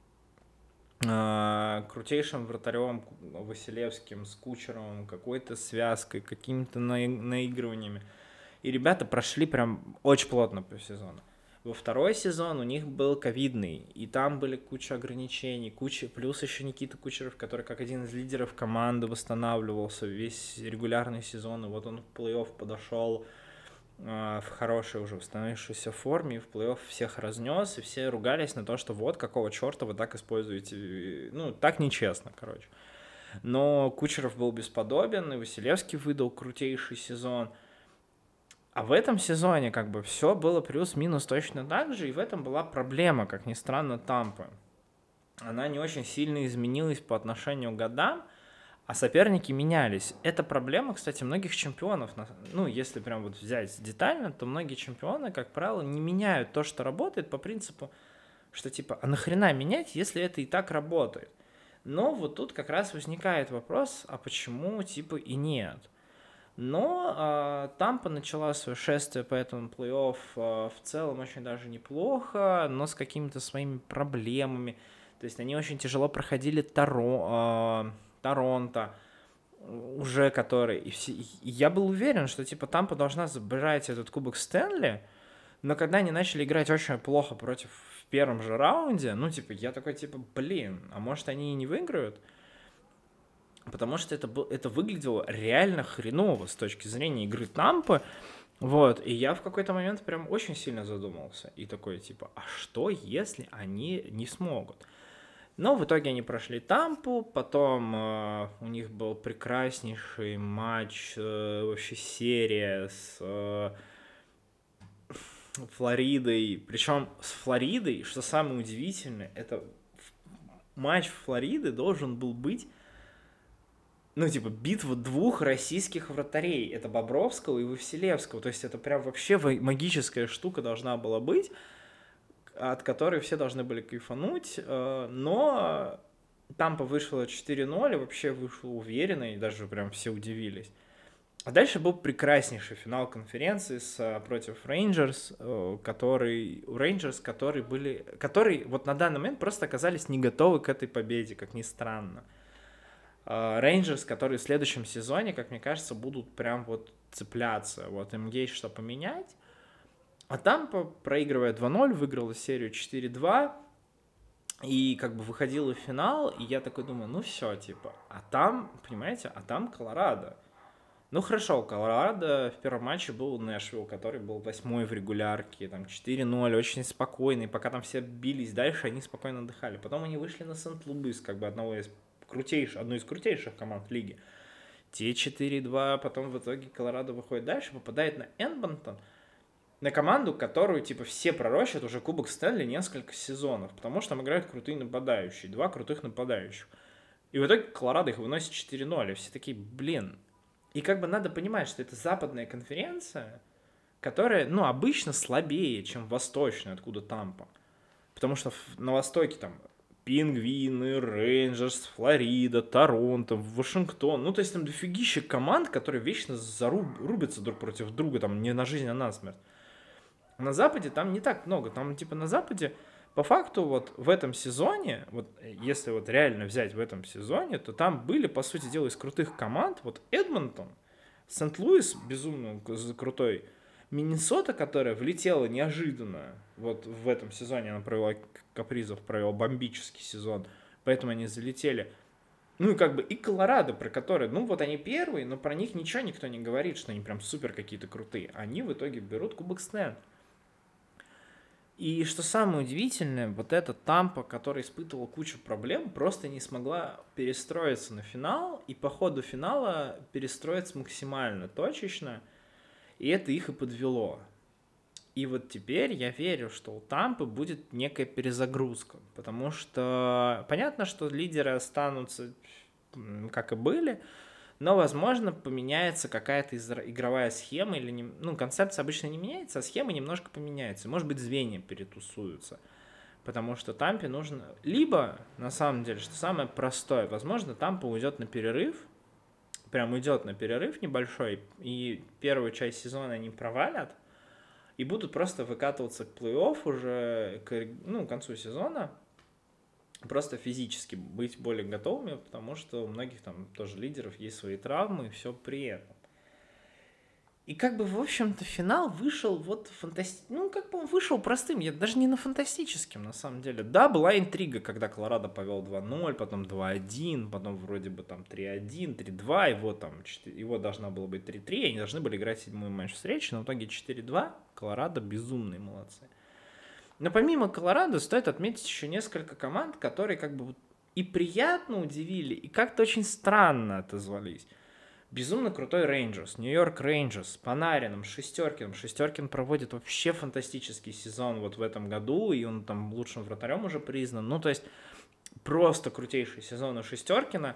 S1: крутейшим вратарем Василевским, с Кучеровым, какой-то связкой, какими-то наигрываниями. И ребята прошли прям очень плотно по сезону. Во второй сезон у них был ковидный, и там были куча ограничений, плюс еще Никита Кучеров, который как один из лидеров команды восстанавливался весь регулярный сезон, и вот он в плей-офф подошел в хорошей уже восстановившейся форме, и в плей-офф всех разнес, и все ругались на то, что вот какого черта вы так используете, ну, так нечестно, короче. Но Кучеров был бесподобен, и Василевский выдал крутейший сезон. А в этом сезоне как бы все было плюс-минус точно так же, и в этом была проблема, как ни странно, Тампы. Она не очень сильно изменилась по отношению к годам, а соперники менялись. Это проблема, кстати, многих чемпионов. Ну, если прям вот взять детально, то многие чемпионы, как правило, не меняют то, что работает, по принципу, что типа, а нахрена менять, если это и так работает? Но вот тут как раз возникает вопрос, а почему типа и нет? Но Тампа начала свое шествие по этому плей-офф в целом очень даже неплохо, но с какими-то своими проблемами. То есть они очень тяжело проходили Торонто, уже который... И я был уверен, что типа Тампа должна забирать этот Кубок Стэнли, но когда они начали играть очень плохо против в первом же раунде, ну типа я такой типа, блин, а может они и не выиграют? Потому что это выглядело реально хреново с точки зрения игры Тампы. Вот, и я в какой-то момент прям очень сильно задумался. И такой, типа, а что, если они не смогут? Но в итоге они прошли Тампу, потом у них был прекраснейший матч, вообще серия с Флоридой. Причем с Флоридой, что самое удивительное, это матч Флориды должен был быть ну, типа, битва двух российских вратарей. Это Бобровского и Василевского. То есть это прям вообще магическая штука должна была быть, от которой все должны были кайфануть. Но Тампа вышла 4-0, и вообще вышла уверенно, и даже прям все удивились. А дальше был прекраснейший финал конференции против Рейнджерс, которые вот на данный момент просто оказались не готовы к этой победе, как ни странно. Рейнджерс, которые в следующем сезоне, как мне кажется, будут прям вот цепляться. Вот им есть что поменять. А Тампа, проигрывая 2-0, выиграла серию 4-2. И как бы выходила в финал. И я такой думаю, ну все, типа. А там, понимаете, а там Колорадо. Ну хорошо, у Колорадо в первом матче был Нэшвилл, который был 8-й в регулярке. Там 4-0, очень спокойный. Пока там все бились дальше, они спокойно отдыхали. Потом они вышли на Сент-Луис, как бы одной из крутейших команд лиги. Те 4-2, потом в итоге Колорадо выходит дальше, попадает на Эдмонтон, на команду, которую типа все пророчат уже Кубок Стэнли несколько сезонов, потому что там играют крутые нападающие, два крутых нападающих. И в итоге Колорадо их выносит 4-0, и все такие, блин. И как бы надо понимать, что это западная конференция, которая, ну, обычно слабее, чем восточная, откуда Тампа. Потому что на востоке там Пингвины, Рейнджерс, Флорида, Торонто, Вашингтон. Ну, то есть там дофигища команд, которые вечно рубятся друг против друга, там не на жизнь, а на смерть. На Западе там не так много. Там, типа, на Западе по факту вот в этом сезоне, вот если вот реально взять в этом сезоне, то там были, по сути дела, из крутых команд, вот Эдмонтон, Сент-Луис безумно крутой, Миннесота, которая влетела неожиданно, вот в этом сезоне она провела, Капризов провел бомбический сезон, поэтому они залетели. Ну и как бы и Колорадо, про которые, ну вот они первые, но про них ничего никто не говорит, что они прям супер какие-то крутые. Они в итоге берут Кубок Стэнли. И что самое удивительное, вот эта Тампа, которая испытывала кучу проблем, просто не смогла перестроиться на финал, и по ходу финала перестроиться максимально точечно, и это их и подвело. И вот теперь я верю, что у Тампы будет некая перезагрузка, потому что понятно, что лидеры останутся, как и были, но, возможно, поменяется какая-то игровая схема, или ну, концепция обычно не меняется, а схема немножко поменяется. Может быть, звенья перетусуются. Потому что Тампе нужно... Либо, на самом деле, что самое простое, возможно, Тампа уйдет на перерыв, прям уйдет на перерыв небольшой, и первую часть сезона они провалят, и будут просто выкатываться к плей-офф уже к концу сезона, просто физически быть более готовыми, потому что у многих там тоже лидеров есть свои травмы и все при этом. И как бы, в общем-то, финал вышел вот ну, как бы он вышел простым, даже не на фантастическим, на самом деле. Да, была интрига, когда Колорадо повел 2-0, потом 2-1, потом вроде бы там 3-1, 3-2, его должна была быть 3-3, они должны были играть седьмой матч встречи, но в итоге 4-2, Колорадо безумные молодцы. Но помимо Колорадо стоит отметить еще несколько команд, которые как бы и приятно удивили, и как-то очень странно отозвались. Безумно крутой Рейнджерс, Нью-Йорк Рейнджерс с Панарином, Шестеркиным. Шестеркин проводит вообще фантастический сезон вот в этом году, и он там лучшим вратарем уже признан. Ну, то есть просто крутейший сезон у Шестеркина,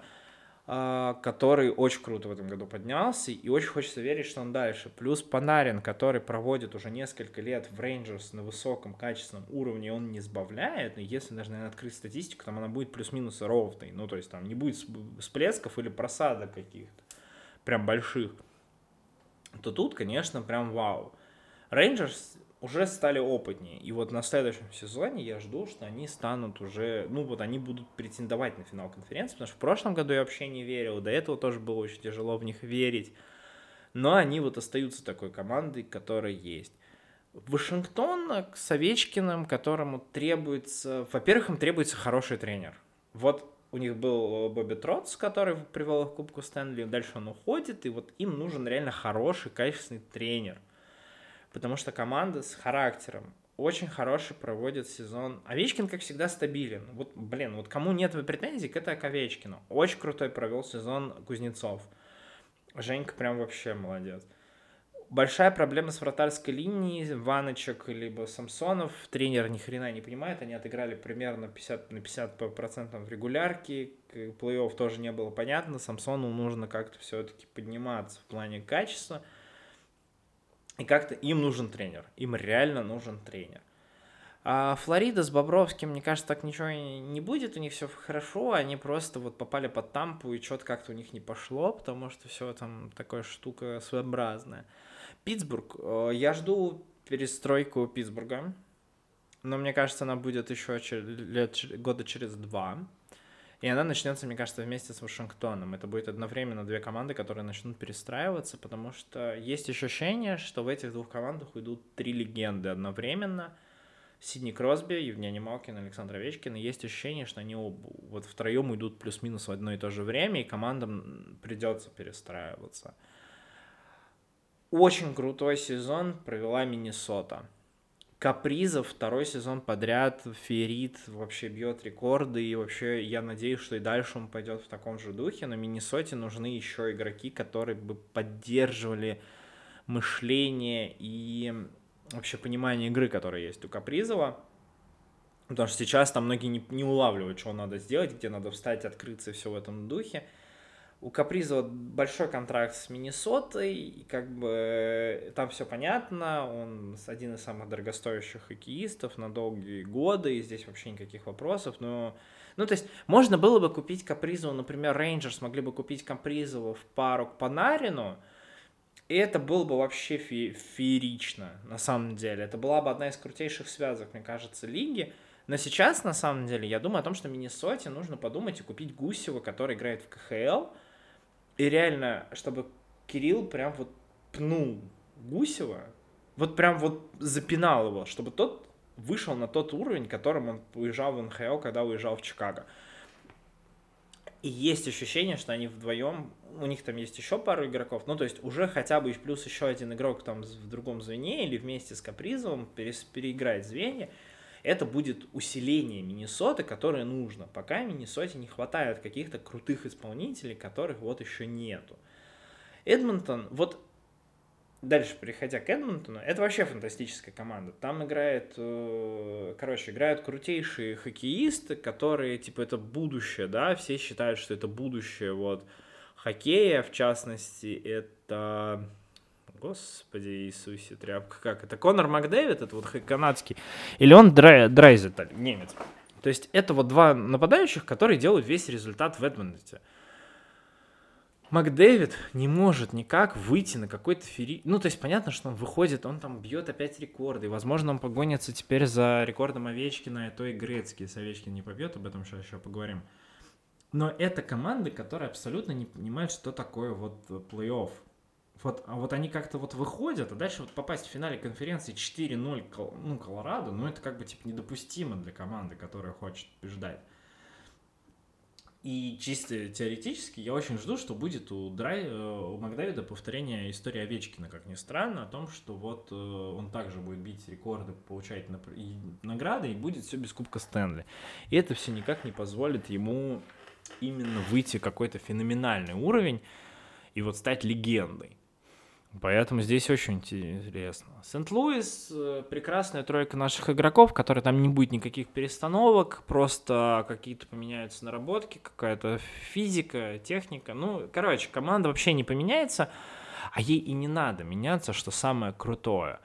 S1: который очень круто в этом году поднялся, и очень хочется верить, что он дальше. Плюс Панарин, который проводит уже несколько лет в Рейнджерс на высоком качественном уровне, он не сбавляет, и если даже, наверное, открыть статистику, там она будет плюс-минус ровной, ну, то есть там не будет всплесков или просадок каких-то прям больших, то тут, конечно, прям вау. Рейнджерс уже стали опытнее, и вот на следующем сезоне я жду, что они станут уже, ну вот они будут претендовать на финал конференции, потому что в прошлом году я вообще не верил, до этого тоже было очень тяжело в них верить, но они вот остаются такой командой, которая есть. Вашингтон с Овечкиным, которому требуется, во-первых, им требуется хороший тренер. Вот у них был Бобби Тротс, который привел их к Кубку Стэнли, дальше он уходит, и вот им нужен реально хороший, качественный тренер. Потому что команда с характером очень хороший проводит сезон. Овечкин, как всегда, стабилен. Вот, вот кому нет претензий, это к Овечкину. Очень крутой провел сезон Кузнецов. Женька прям вообще молодец. Большая проблема с вратарской линией, Ванычек либо Самсонов, тренер ни хрена не понимает, они отыграли примерно 50 на 50% в регулярке, плей-офф тоже не было понятно, Самсону нужно как-то все-таки подниматься в плане качества, и как-то им нужен тренер, им реально нужен тренер. А Флорида с Бобровским, мне кажется, так ничего не будет, у них все хорошо, они просто вот попали под Тампу, и что-то как-то у них не пошло, потому что все там такая штука своеобразная. Питтсбург. Я жду перестройку Питтсбурга, но мне кажется, она будет еще года через 2. И она начнется, мне кажется, вместе с Вашингтоном. Это будет одновременно две команды, которые начнут перестраиваться, потому что есть ощущение, что в этих двух командах уйдут 3 легенды одновременно. Сидни Кросби, Евгений Малкин, Александр Овечкин. И есть ощущение, что они вот втроем уйдут плюс-минус в одно и то же время, и командам придется перестраиваться. Очень крутой сезон провела Миннесота. Капризов второй сезон подряд феерит, вообще бьет рекорды, и вообще я надеюсь, что и дальше он пойдет в таком же духе, но Миннесоте нужны еще игроки, которые бы поддерживали мышление и вообще понимание игры, которое есть у Капризова. Потому что сейчас там многие не улавливают, что надо сделать, где надо встать, открыться и все в этом духе. У Капризова большой контракт с Миннесотой, и как бы там все понятно, он один из самых дорогостоящих хоккеистов на долгие годы, и здесь вообще никаких вопросов, но... Ну, то есть, можно было бы купить Капризову, например, Рейнджерс могли бы купить Капризову в пару к Панарину, и это было бы вообще феерично, на самом деле. Это была бы одна из крутейших связок, мне кажется, лиги. Но сейчас, на самом деле, я думаю о том, что Миннесоте нужно подумать и купить Гусева, который играет в КХЛ. И реально, чтобы Кирилл прям вот пнул Гусева, вот прям вот запинал его, чтобы тот вышел на тот уровень, которым он уезжал в НХЛ, когда уезжал в Чикаго. И есть ощущение, что они вдвоем, у них там есть еще пару игроков, ну, то есть уже хотя бы плюс еще один игрок там в другом звене или вместе с Капризовым переиграть звенья, это будет усиление Миннесоты, которое нужно. Пока Миннесоте не хватает каких-то крутых исполнителей, которых вот еще нету. Эдмонтон, вот дальше переходя к Эдмонтону, это вообще фантастическая команда. Там играют крутейшие хоккеисты, которые, типа, это будущее, да, все считают, что это будущее, вот, хоккея, в частности, это, господи Иисусе, тряпка, как это, Конор Макдэвид, это вот канадский, или он Драйзеталь, немец. То есть это вот два нападающих, которые делают весь результат в Эдмонтоне. Макдэвид не может никак выйти на какой-то Ну, то есть понятно, что он выходит, он там бьет опять рекорды. И, возможно, он погонится теперь за рекордом Овечкина, и то и Грецкий. Если Овечкин не побьет, об этом сейчас еще поговорим. Но это команды, которые абсолютно не понимают, что такое вот плей-офф. Вот они как-то вот выходят, а дальше вот попасть в финале конференции 4-0 Колорадо, ну, это как бы типа недопустимо для команды, которая хочет побеждать. И чисто теоретически я очень жду, что будет у Макдэвида повторение истории Овечкина, как ни странно, о том, что вот он также будет бить рекорды, получать награды, и будет все без Кубка Стэнли. И это все никак не позволит ему именно выйти какой-то феноменальный уровень и вот стать легендой. Поэтому здесь очень интересно. Сент-Луис — прекрасная тройка наших игроков, которые там не будет никаких перестановок, просто какие-то поменяются наработки, какая-то физика, техника. Ну, короче, команда вообще не поменяется, а ей и не надо меняться, что самое крутое.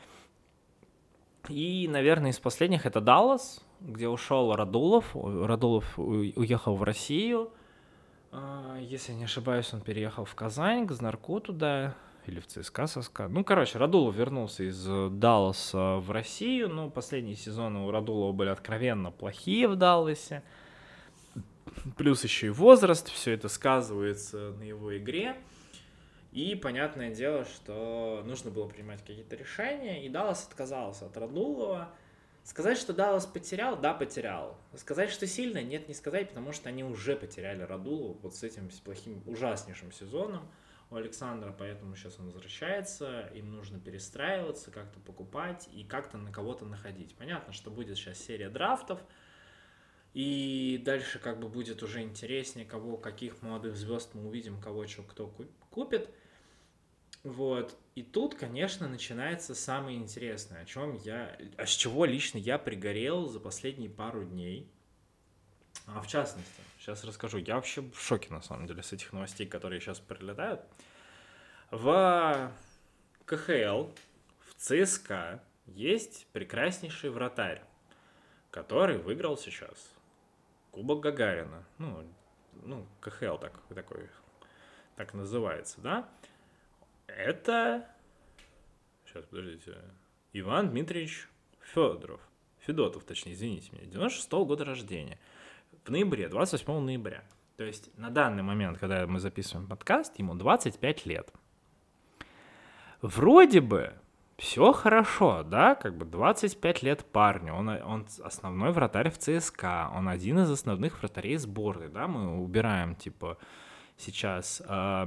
S1: И, наверное, из последних это Даллас, где ушел Радулов. Радулов уехал в Россию. Если не ошибаюсь, он переехал в Казань, к Знарку туда. Или в ЦСКА, Ну, короче, Радулов вернулся из Далласа в Россию. Ну, последние сезоны у Радулова были откровенно плохие в Далласе. Плюс еще и возраст. Все это сказывается на его игре. И понятное дело, что нужно было принимать какие-то решения. И Даллас отказался от Радулова. Сказать, что Даллас потерял, да, потерял. Сказать, что сильно, нет, не сказать, потому что они уже потеряли Радулова вот с этим плохим, ужаснейшим сезоном у Александра, поэтому сейчас он возвращается, им нужно перестраиваться, как-то покупать и как-то на кого-то находить. Понятно, что будет сейчас серия драфтов, и дальше как бы будет уже интереснее, каких молодых звезд мы увидим, кто купит. Вот. И тут, конечно, начинается самое интересное, с чего лично я пригорел за последние пару дней. А в частности, сейчас расскажу. Я вообще в шоке, на самом деле, с этих новостей, которые сейчас прилетают. В КХЛ, в ЦСКА есть прекраснейший вратарь, который выиграл сейчас Кубок Гагарина. Ну, КХЛ так называется, да? Это... Сейчас, подождите. Иван Дмитриевич Федотов, точнее, извините меня. 96-го года рождения. В ноябре, 28 ноября. То есть на данный момент, когда мы записываем подкаст, ему 25 лет. Вроде бы все хорошо, да, как бы 25 лет парню, он основной вратарь в ЦСКА, он один из основных вратарей сборной, да, мы убираем сейчас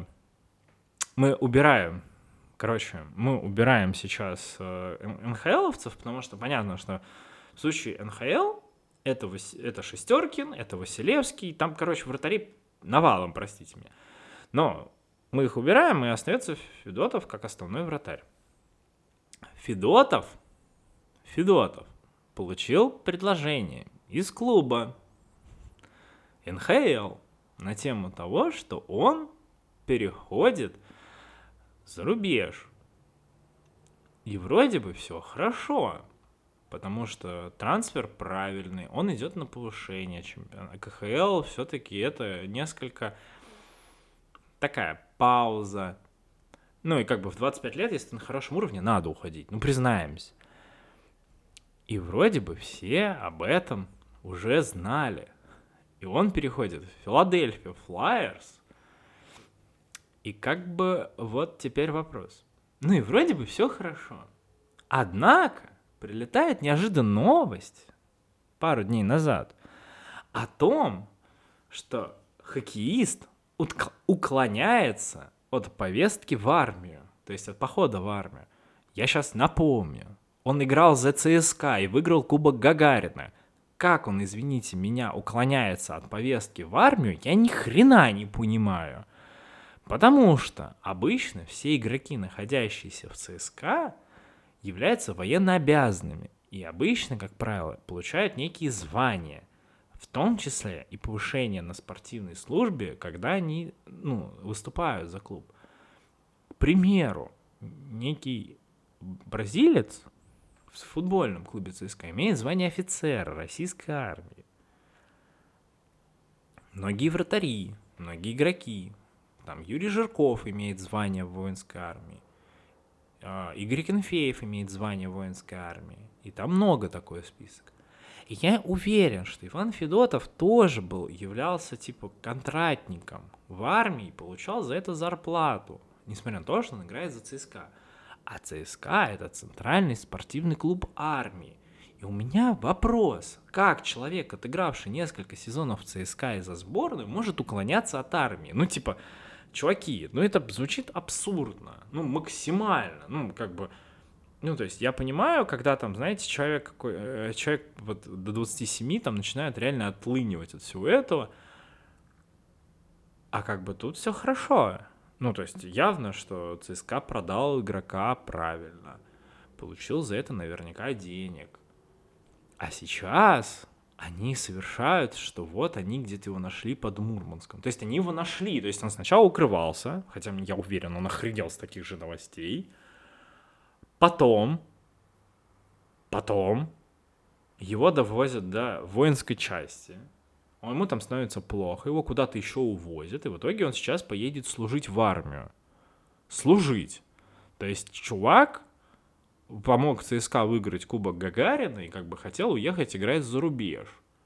S1: сейчас НХЛовцев, потому что понятно, что в случае НХЛ это Шестеркин, это Василевский, там, вратари навалом, простите меня. Но мы их убираем, и остается Федотов как основной вратарь. Федотов получил предложение из клуба НХЛ на тему того, что он переходит за рубеж. И вроде бы все хорошо, потому что трансфер правильный, он идет на повышение чемпионата. КХЛ все-таки это несколько такая пауза. Ну и как бы в 25 лет, если ты на хорошем уровне, надо уходить. Ну, признаемся. И вроде бы все об этом уже знали. И он переходит в Филадельфию Флайерс. И как бы вот теперь вопрос. Ну и вроде бы все хорошо. Однако прилетает неожиданная новость пару дней назад о том, что хоккеист уклоняется от повестки в армию, то есть от похода в армию. Я сейчас напомню. Он играл за ЦСКА и выиграл Кубок Гагарина. Как он, извините меня, уклоняется от повестки в армию, я ни хрена не понимаю. Потому что обычно все игроки, находящиеся в ЦСКА, являются военнообязанными. И обычно, как правило, получают некие звания. В том числе и повышение на спортивной службе, когда они выступают за клуб. К примеру, некий бразилец в футбольном клубе ЦСКА имеет звание офицера российской армии. Многие вратари, многие игроки. Там Юрий Жирков имеет звание в воинской армии. Игорь Кенфеев имеет звание в воинской армии. И там много такой список. И я уверен, что Иван Федотов тоже являлся типа контрактником в армии и получал за это зарплату, несмотря на то, что он играет за ЦСКА. А ЦСКА — это центральный спортивный клуб армии. И у меня вопрос, как человек, отыгравший несколько сезонов в ЦСКА и за сборную, может уклоняться от армии? Ну типа, чуваки, это звучит абсурдно, максимально, то есть я понимаю, когда там, знаете, человек вот до 27 там начинает реально отлынивать от всего этого, а тут все хорошо. То есть явно, что ЦСКА продал игрока правильно, получил за это наверняка денег. А сейчас они совершают, что вот они где-то его нашли под Мурманском. То есть они его нашли, то есть он сначала укрывался, хотя я уверен, он охренел с таких же новостей. Потом его довозят до воинской части. Ему там становится плохо, его куда-то еще увозят, и в итоге он сейчас поедет служить в армию. Служить. То есть чувак помог ЦСКА выиграть Кубок Гагарина и хотел уехать играть за рубеж.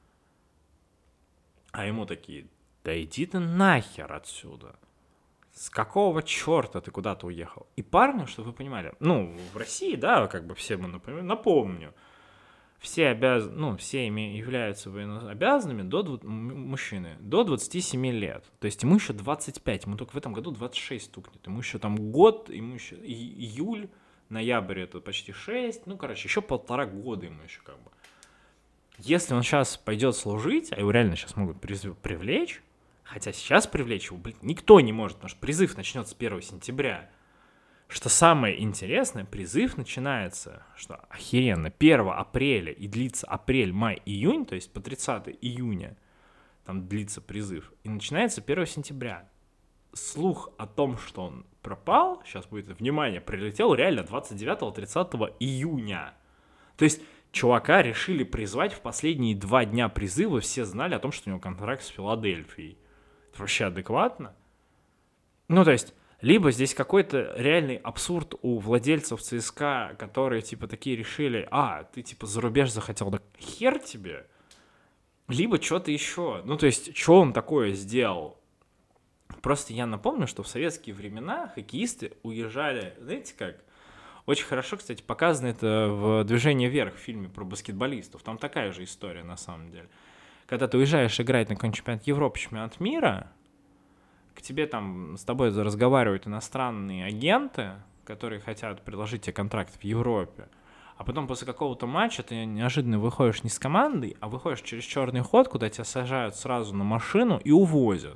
S1: А ему такие: да иди ты нахер отсюда. С какого черта ты куда-то уехал? И парню, чтобы вы понимали, в России, да, все мы напомню, все являются военнообязанными мужчины до 27 лет. То есть ему еще 25, ему только в этом году 26 стукнет. Ему еще там год, ему еще июль, ноябрь это почти 6, еще 1,5 года ему еще Если он сейчас пойдет служить, а его реально сейчас могут привлечь, хотя сейчас привлечь его, никто не может, потому что призыв начнется 1 сентября. Что самое интересное, призыв начинается, что охеренно, 1 апреля и длится апрель, май, июнь, то есть по 30 июня там длится призыв, и начинается 1 сентября. Слух о том, что он пропал, сейчас будет, внимание, прилетел реально 29-30 июня. То есть чувака решили призвать в последние 2 дня призыва, все знали о том, что у него контракт с Филадельфией. Это вообще адекватно? То есть либо здесь какой-то реальный абсурд у владельцев ЦСКА, которые такие решили: ты за рубеж захотел, да хер тебе. Либо что-то еще. То есть, что он такое сделал? Просто я напомню, что в советские времена хоккеисты уезжали, знаете как? Очень хорошо, кстати, показано это в «Движение вверх» в фильме про баскетболистов. Там такая же история на самом деле. Когда ты уезжаешь играть на какой-нибудь чемпионат Европы, чемпионат мира, к тебе там с тобой разговаривают иностранные агенты, которые хотят предложить тебе контракт в Европе, а потом после какого-то матча ты неожиданно выходишь не с командой, а выходишь через черный ход, куда тебя сажают сразу на машину и увозят.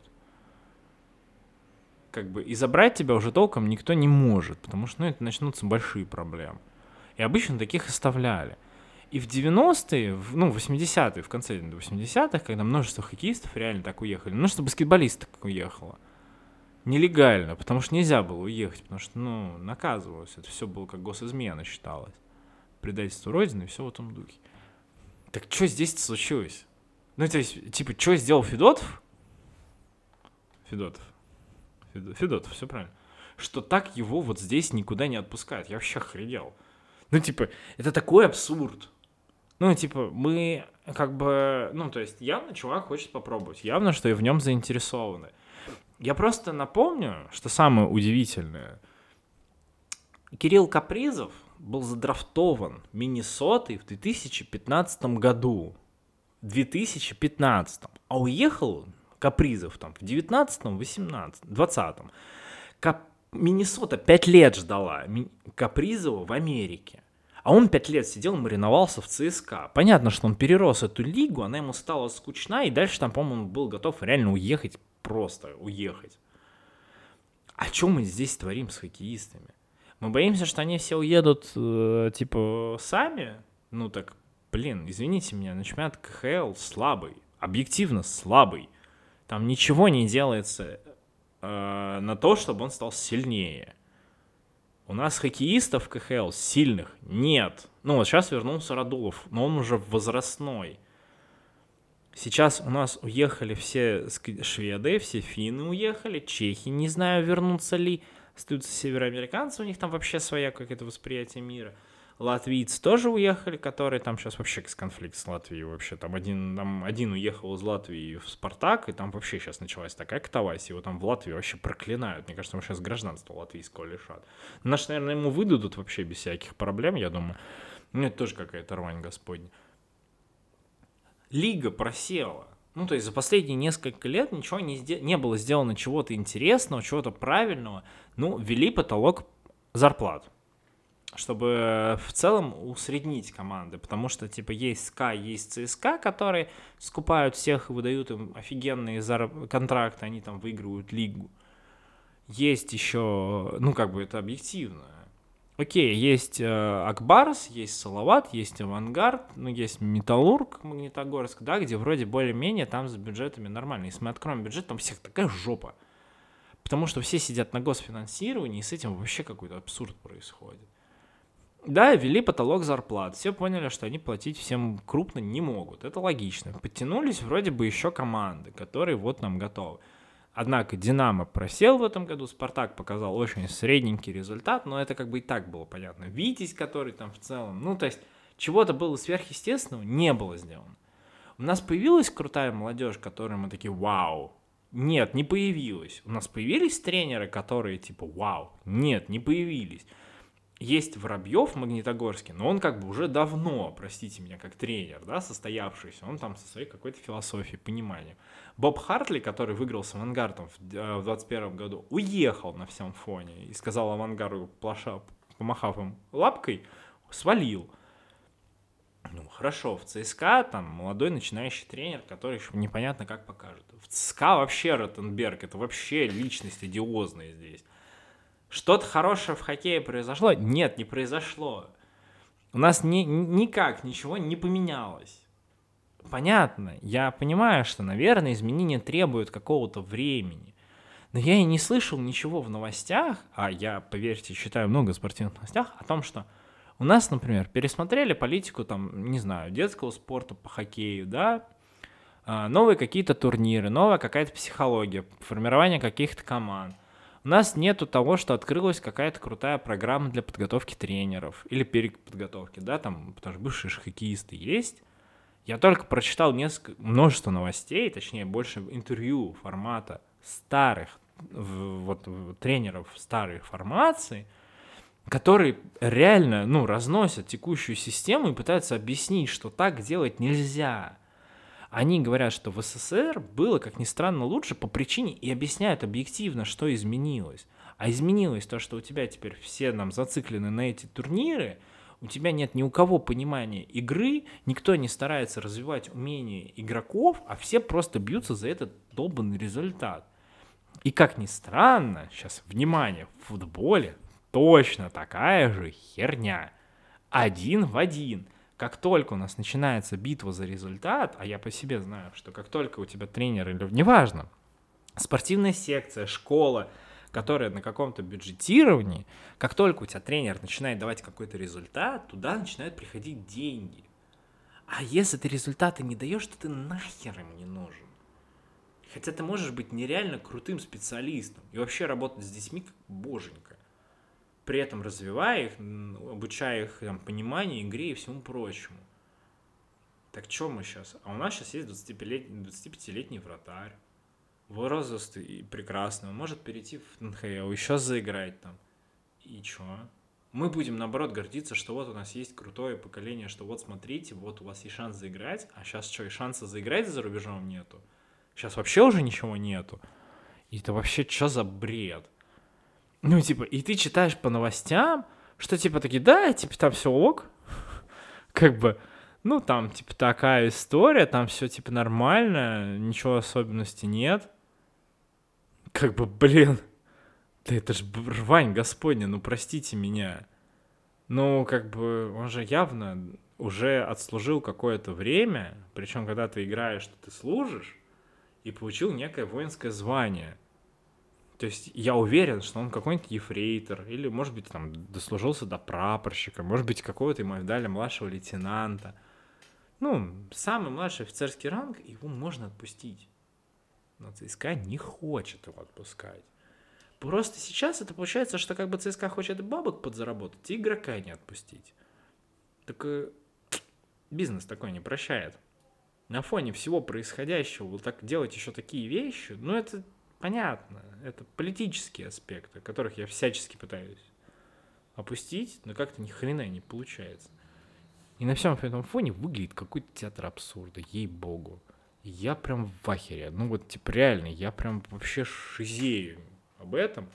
S1: И забрать тебя уже толком никто не может, потому что это начнутся большие проблемы. И обычно таких оставляли. И в 90-е, 80-е, в конце 80-х, когда множество хоккеистов реально так уехали, множество баскетболистов так уехало. Нелегально, потому что нельзя было уехать, потому что, наказывалось. Это все было как госизмена считалось. Предательство Родины и все в этом духе. Так что здесь-то случилось? То есть, что сделал Федотов? Федотов, все правильно. Что так его вот здесь никуда не отпускают. Я вообще охренел. Это такой абсурд. Ну, типа, мы как бы... Ну, то есть, явно чувак хочет попробовать. Явно, что и в нем заинтересованы. Я просто напомню, что самое удивительное. Кирилл Капризов был задрафтован Миннесотой в 2015 году. В 2015. А уехал Капризов там в 19-м, 18-м, 20-м. Миннесота 5 лет ждала Капризова в Америке. А он 5 лет сидел, мариновался в ЦСКА. Понятно, что он перерос эту лигу, она ему стала скучна, и дальше там, по-моему, он был готов реально уехать, просто уехать. А что мы здесь творим с хоккеистами? Мы боимся, что они все уедут, типа, сами? Ну так, блин, извините меня, но чемпионат КХЛ слабый, объективно слабый. Там ничего не делается на то, чтобы он стал сильнее. У нас хоккеистов в КХЛ сильных нет. Ну вот сейчас вернулся Радулов, но он уже возрастной. Сейчас у нас уехали все шведы, все финны уехали, чехи, не знаю, вернутся ли. Остаются североамериканцы, у них там вообще своя какое-то восприятие мира. Латвийцы тоже уехали, которые там сейчас вообще конфликт с Латвией вообще. Там один уехал из Латвии в Спартак, и там вообще сейчас началась такая катавасия. Его там в Латвии вообще проклинают. Мне кажется, ему сейчас гражданство латвийского лишат. Наши, наверное, ему выдадут вообще без всяких проблем, я думаю. Ну, это тоже какая-то рвань господня. Лига просела. Ну, то есть за последние несколько лет ничего не было сделано чего-то интересного, чего-то правильного. Ну, ввели потолок зарплат, чтобы в целом усреднить команды, потому что, типа, есть СКА, есть ЦСКА, которые скупают всех и выдают им офигенные контракты, они там выигрывают лигу. Есть еще, ну, как бы это объективно. Окей, есть Акбарс, есть Салават, есть Авангард, ну, есть Металлург, Магнитогорск, да, где вроде более-менее там с бюджетами нормально. Если мы откроем бюджет, там всех такая жопа. Потому что все сидят на госфинансировании, и с этим вообще какой-то абсурд происходит. Да, ввели потолок зарплат. Все поняли, что они платить всем крупно не могут. Это логично. Подтянулись вроде бы еще команды, которые вот нам готовы. Однако Динамо просел в этом году, Спартак показал очень средненький результат, но это как бы и так было понятно. Витязь, который там в целом, ну то есть чего-то было сверхъестественного, не было сделано. У нас появилась крутая молодежь, которой мы такие вау. Нет, не появилась. У нас появились тренеры, которые типа вау. Нет, не появились. Есть Воробьев в Магнитогорске, но он как бы уже давно, простите меня, как тренер, да, состоявшийся, он там со своей какой-то философией, пониманием. Боб Хартли, который выиграл с Авангардом в 2021 году, уехал на всем фоне и сказал Авангарду, помахав им лапкой, свалил. Ну, хорошо, в ЦСКА там молодой начинающий тренер, который еще непонятно как покажет. В ЦСКА вообще Ротенберг, это вообще личность одиозная здесь. Что-то хорошее в хоккее произошло? Нет, не произошло. У нас никак ничего не поменялось. Понятно, я понимаю, что, наверное, изменения требуют какого-то времени. Но я и не слышал ничего в новостях, а я, поверьте, читаю много спортивных новостях, о том, что у нас, например, пересмотрели политику, там, не знаю, детского спорта по хоккею, да, новые какие-то турниры, новая какая-то психология, формирование каких-то команд. У нас нету того, что открылась какая-то крутая программа для подготовки тренеров или переподготовки, да, там, потому что бывшие хоккеисты есть. Я только прочитал множество новостей, точнее, больше интервью формата старых тренеров старой формации, которые реально, ну, разносят текущую систему и пытаются объяснить, что так делать нельзя. Они говорят, что в СССР было, как ни странно, лучше по причине и объясняют объективно, что изменилось. А изменилось то, что у тебя теперь все нам зациклены на эти турниры, у тебя нет ни у кого понимания игры, никто не старается развивать умения игроков, а все просто бьются за этот долбанный результат. И как ни странно, сейчас, внимание, в футболе точно такая же херня. Один в один. Как только у нас начинается битва за результат, а я по себе знаю, что как только у тебя тренер или неважно, спортивная секция, школа, которая на каком-то бюджетировании, как только у тебя тренер начинает давать какой-то результат, туда начинают приходить деньги. А если ты результаты не даешь, то ты нахер им не нужен. Хотя ты можешь быть нереально крутым специалистом и вообще работать с детьми как боженька, при этом развивая их, обучая их там, пониманию, игре и всему прочему. Так что мы сейчас? А у нас сейчас есть 25-летний вратарь. Возраст и прекрасный. Он может перейти в НХЛ, еще заиграть там. И чё? Мы будем, наоборот, гордиться, что вот у нас есть крутое поколение, что вот смотрите, вот у вас есть шанс заиграть, а сейчас что, и шанса заиграть за рубежом нету? Сейчас вообще уже ничего нету. И это вообще что за бред? Ну, типа, и ты читаешь по новостям, что типа такие, да, типа там все ок, как бы, ну, там, типа, такая история, там все типа нормально, ничего особенности нет. Как бы, блин, да это ж рвань Господня, ну, простите меня. Ну, как бы, он же явно уже отслужил какое-то время, причем, когда ты играешь, что ты служишь, и получил некое воинское звание. То есть я уверен, что он какой-нибудь ефрейтор, или, может быть, там, дослужился до прапорщика, может быть, какого-то ему дали младшего лейтенанта. Ну, самый младший офицерский ранг, его можно отпустить. Но ЦСКА не хочет его отпускать. Просто сейчас это получается, что как бы ЦСКА хочет бабок подзаработать, и игрока не отпустить. Так бизнес такой не прощает. На фоне всего происходящего вот так делать еще такие вещи, ну это понятно. Это политические аспекты, которых я всячески пытаюсь опустить, но как-то ни хрена не получается. И на всем этом фоне выглядит какой-то театр абсурда, ей-богу. И я прям в ахере. Ну вот, типа, реально, я прям вообще шизею об этом.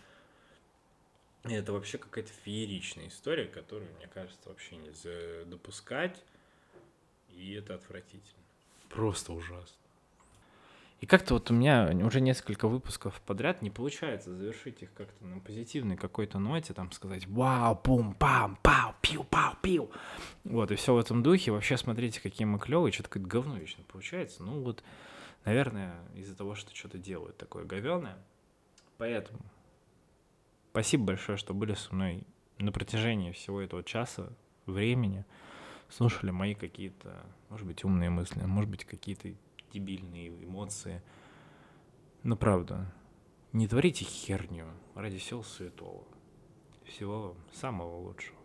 S1: И это вообще какая-то фееричная история, которую, мне кажется, вообще нельзя допускать. И это отвратительно. Просто ужасно. И как-то вот у меня уже несколько выпусков подряд не получается завершить их как-то на позитивной какой-то ноте, там сказать «Вау, бум, пам, пау, пиу, пау, пиу». Вот, и все в этом духе. Вообще, смотрите, какие мы клевые, что-то какое-то говно вечно получается. Ну вот, наверное, из-за того, что что-то делают такое говёное. Поэтому спасибо большое, что были со мной на протяжении всего этого часа времени. Слушали мои какие-то, может быть, умные мысли, может быть, какие-то дебильные эмоции. Но правда, не творите херню ради всего святого. Всего вам самого лучшего.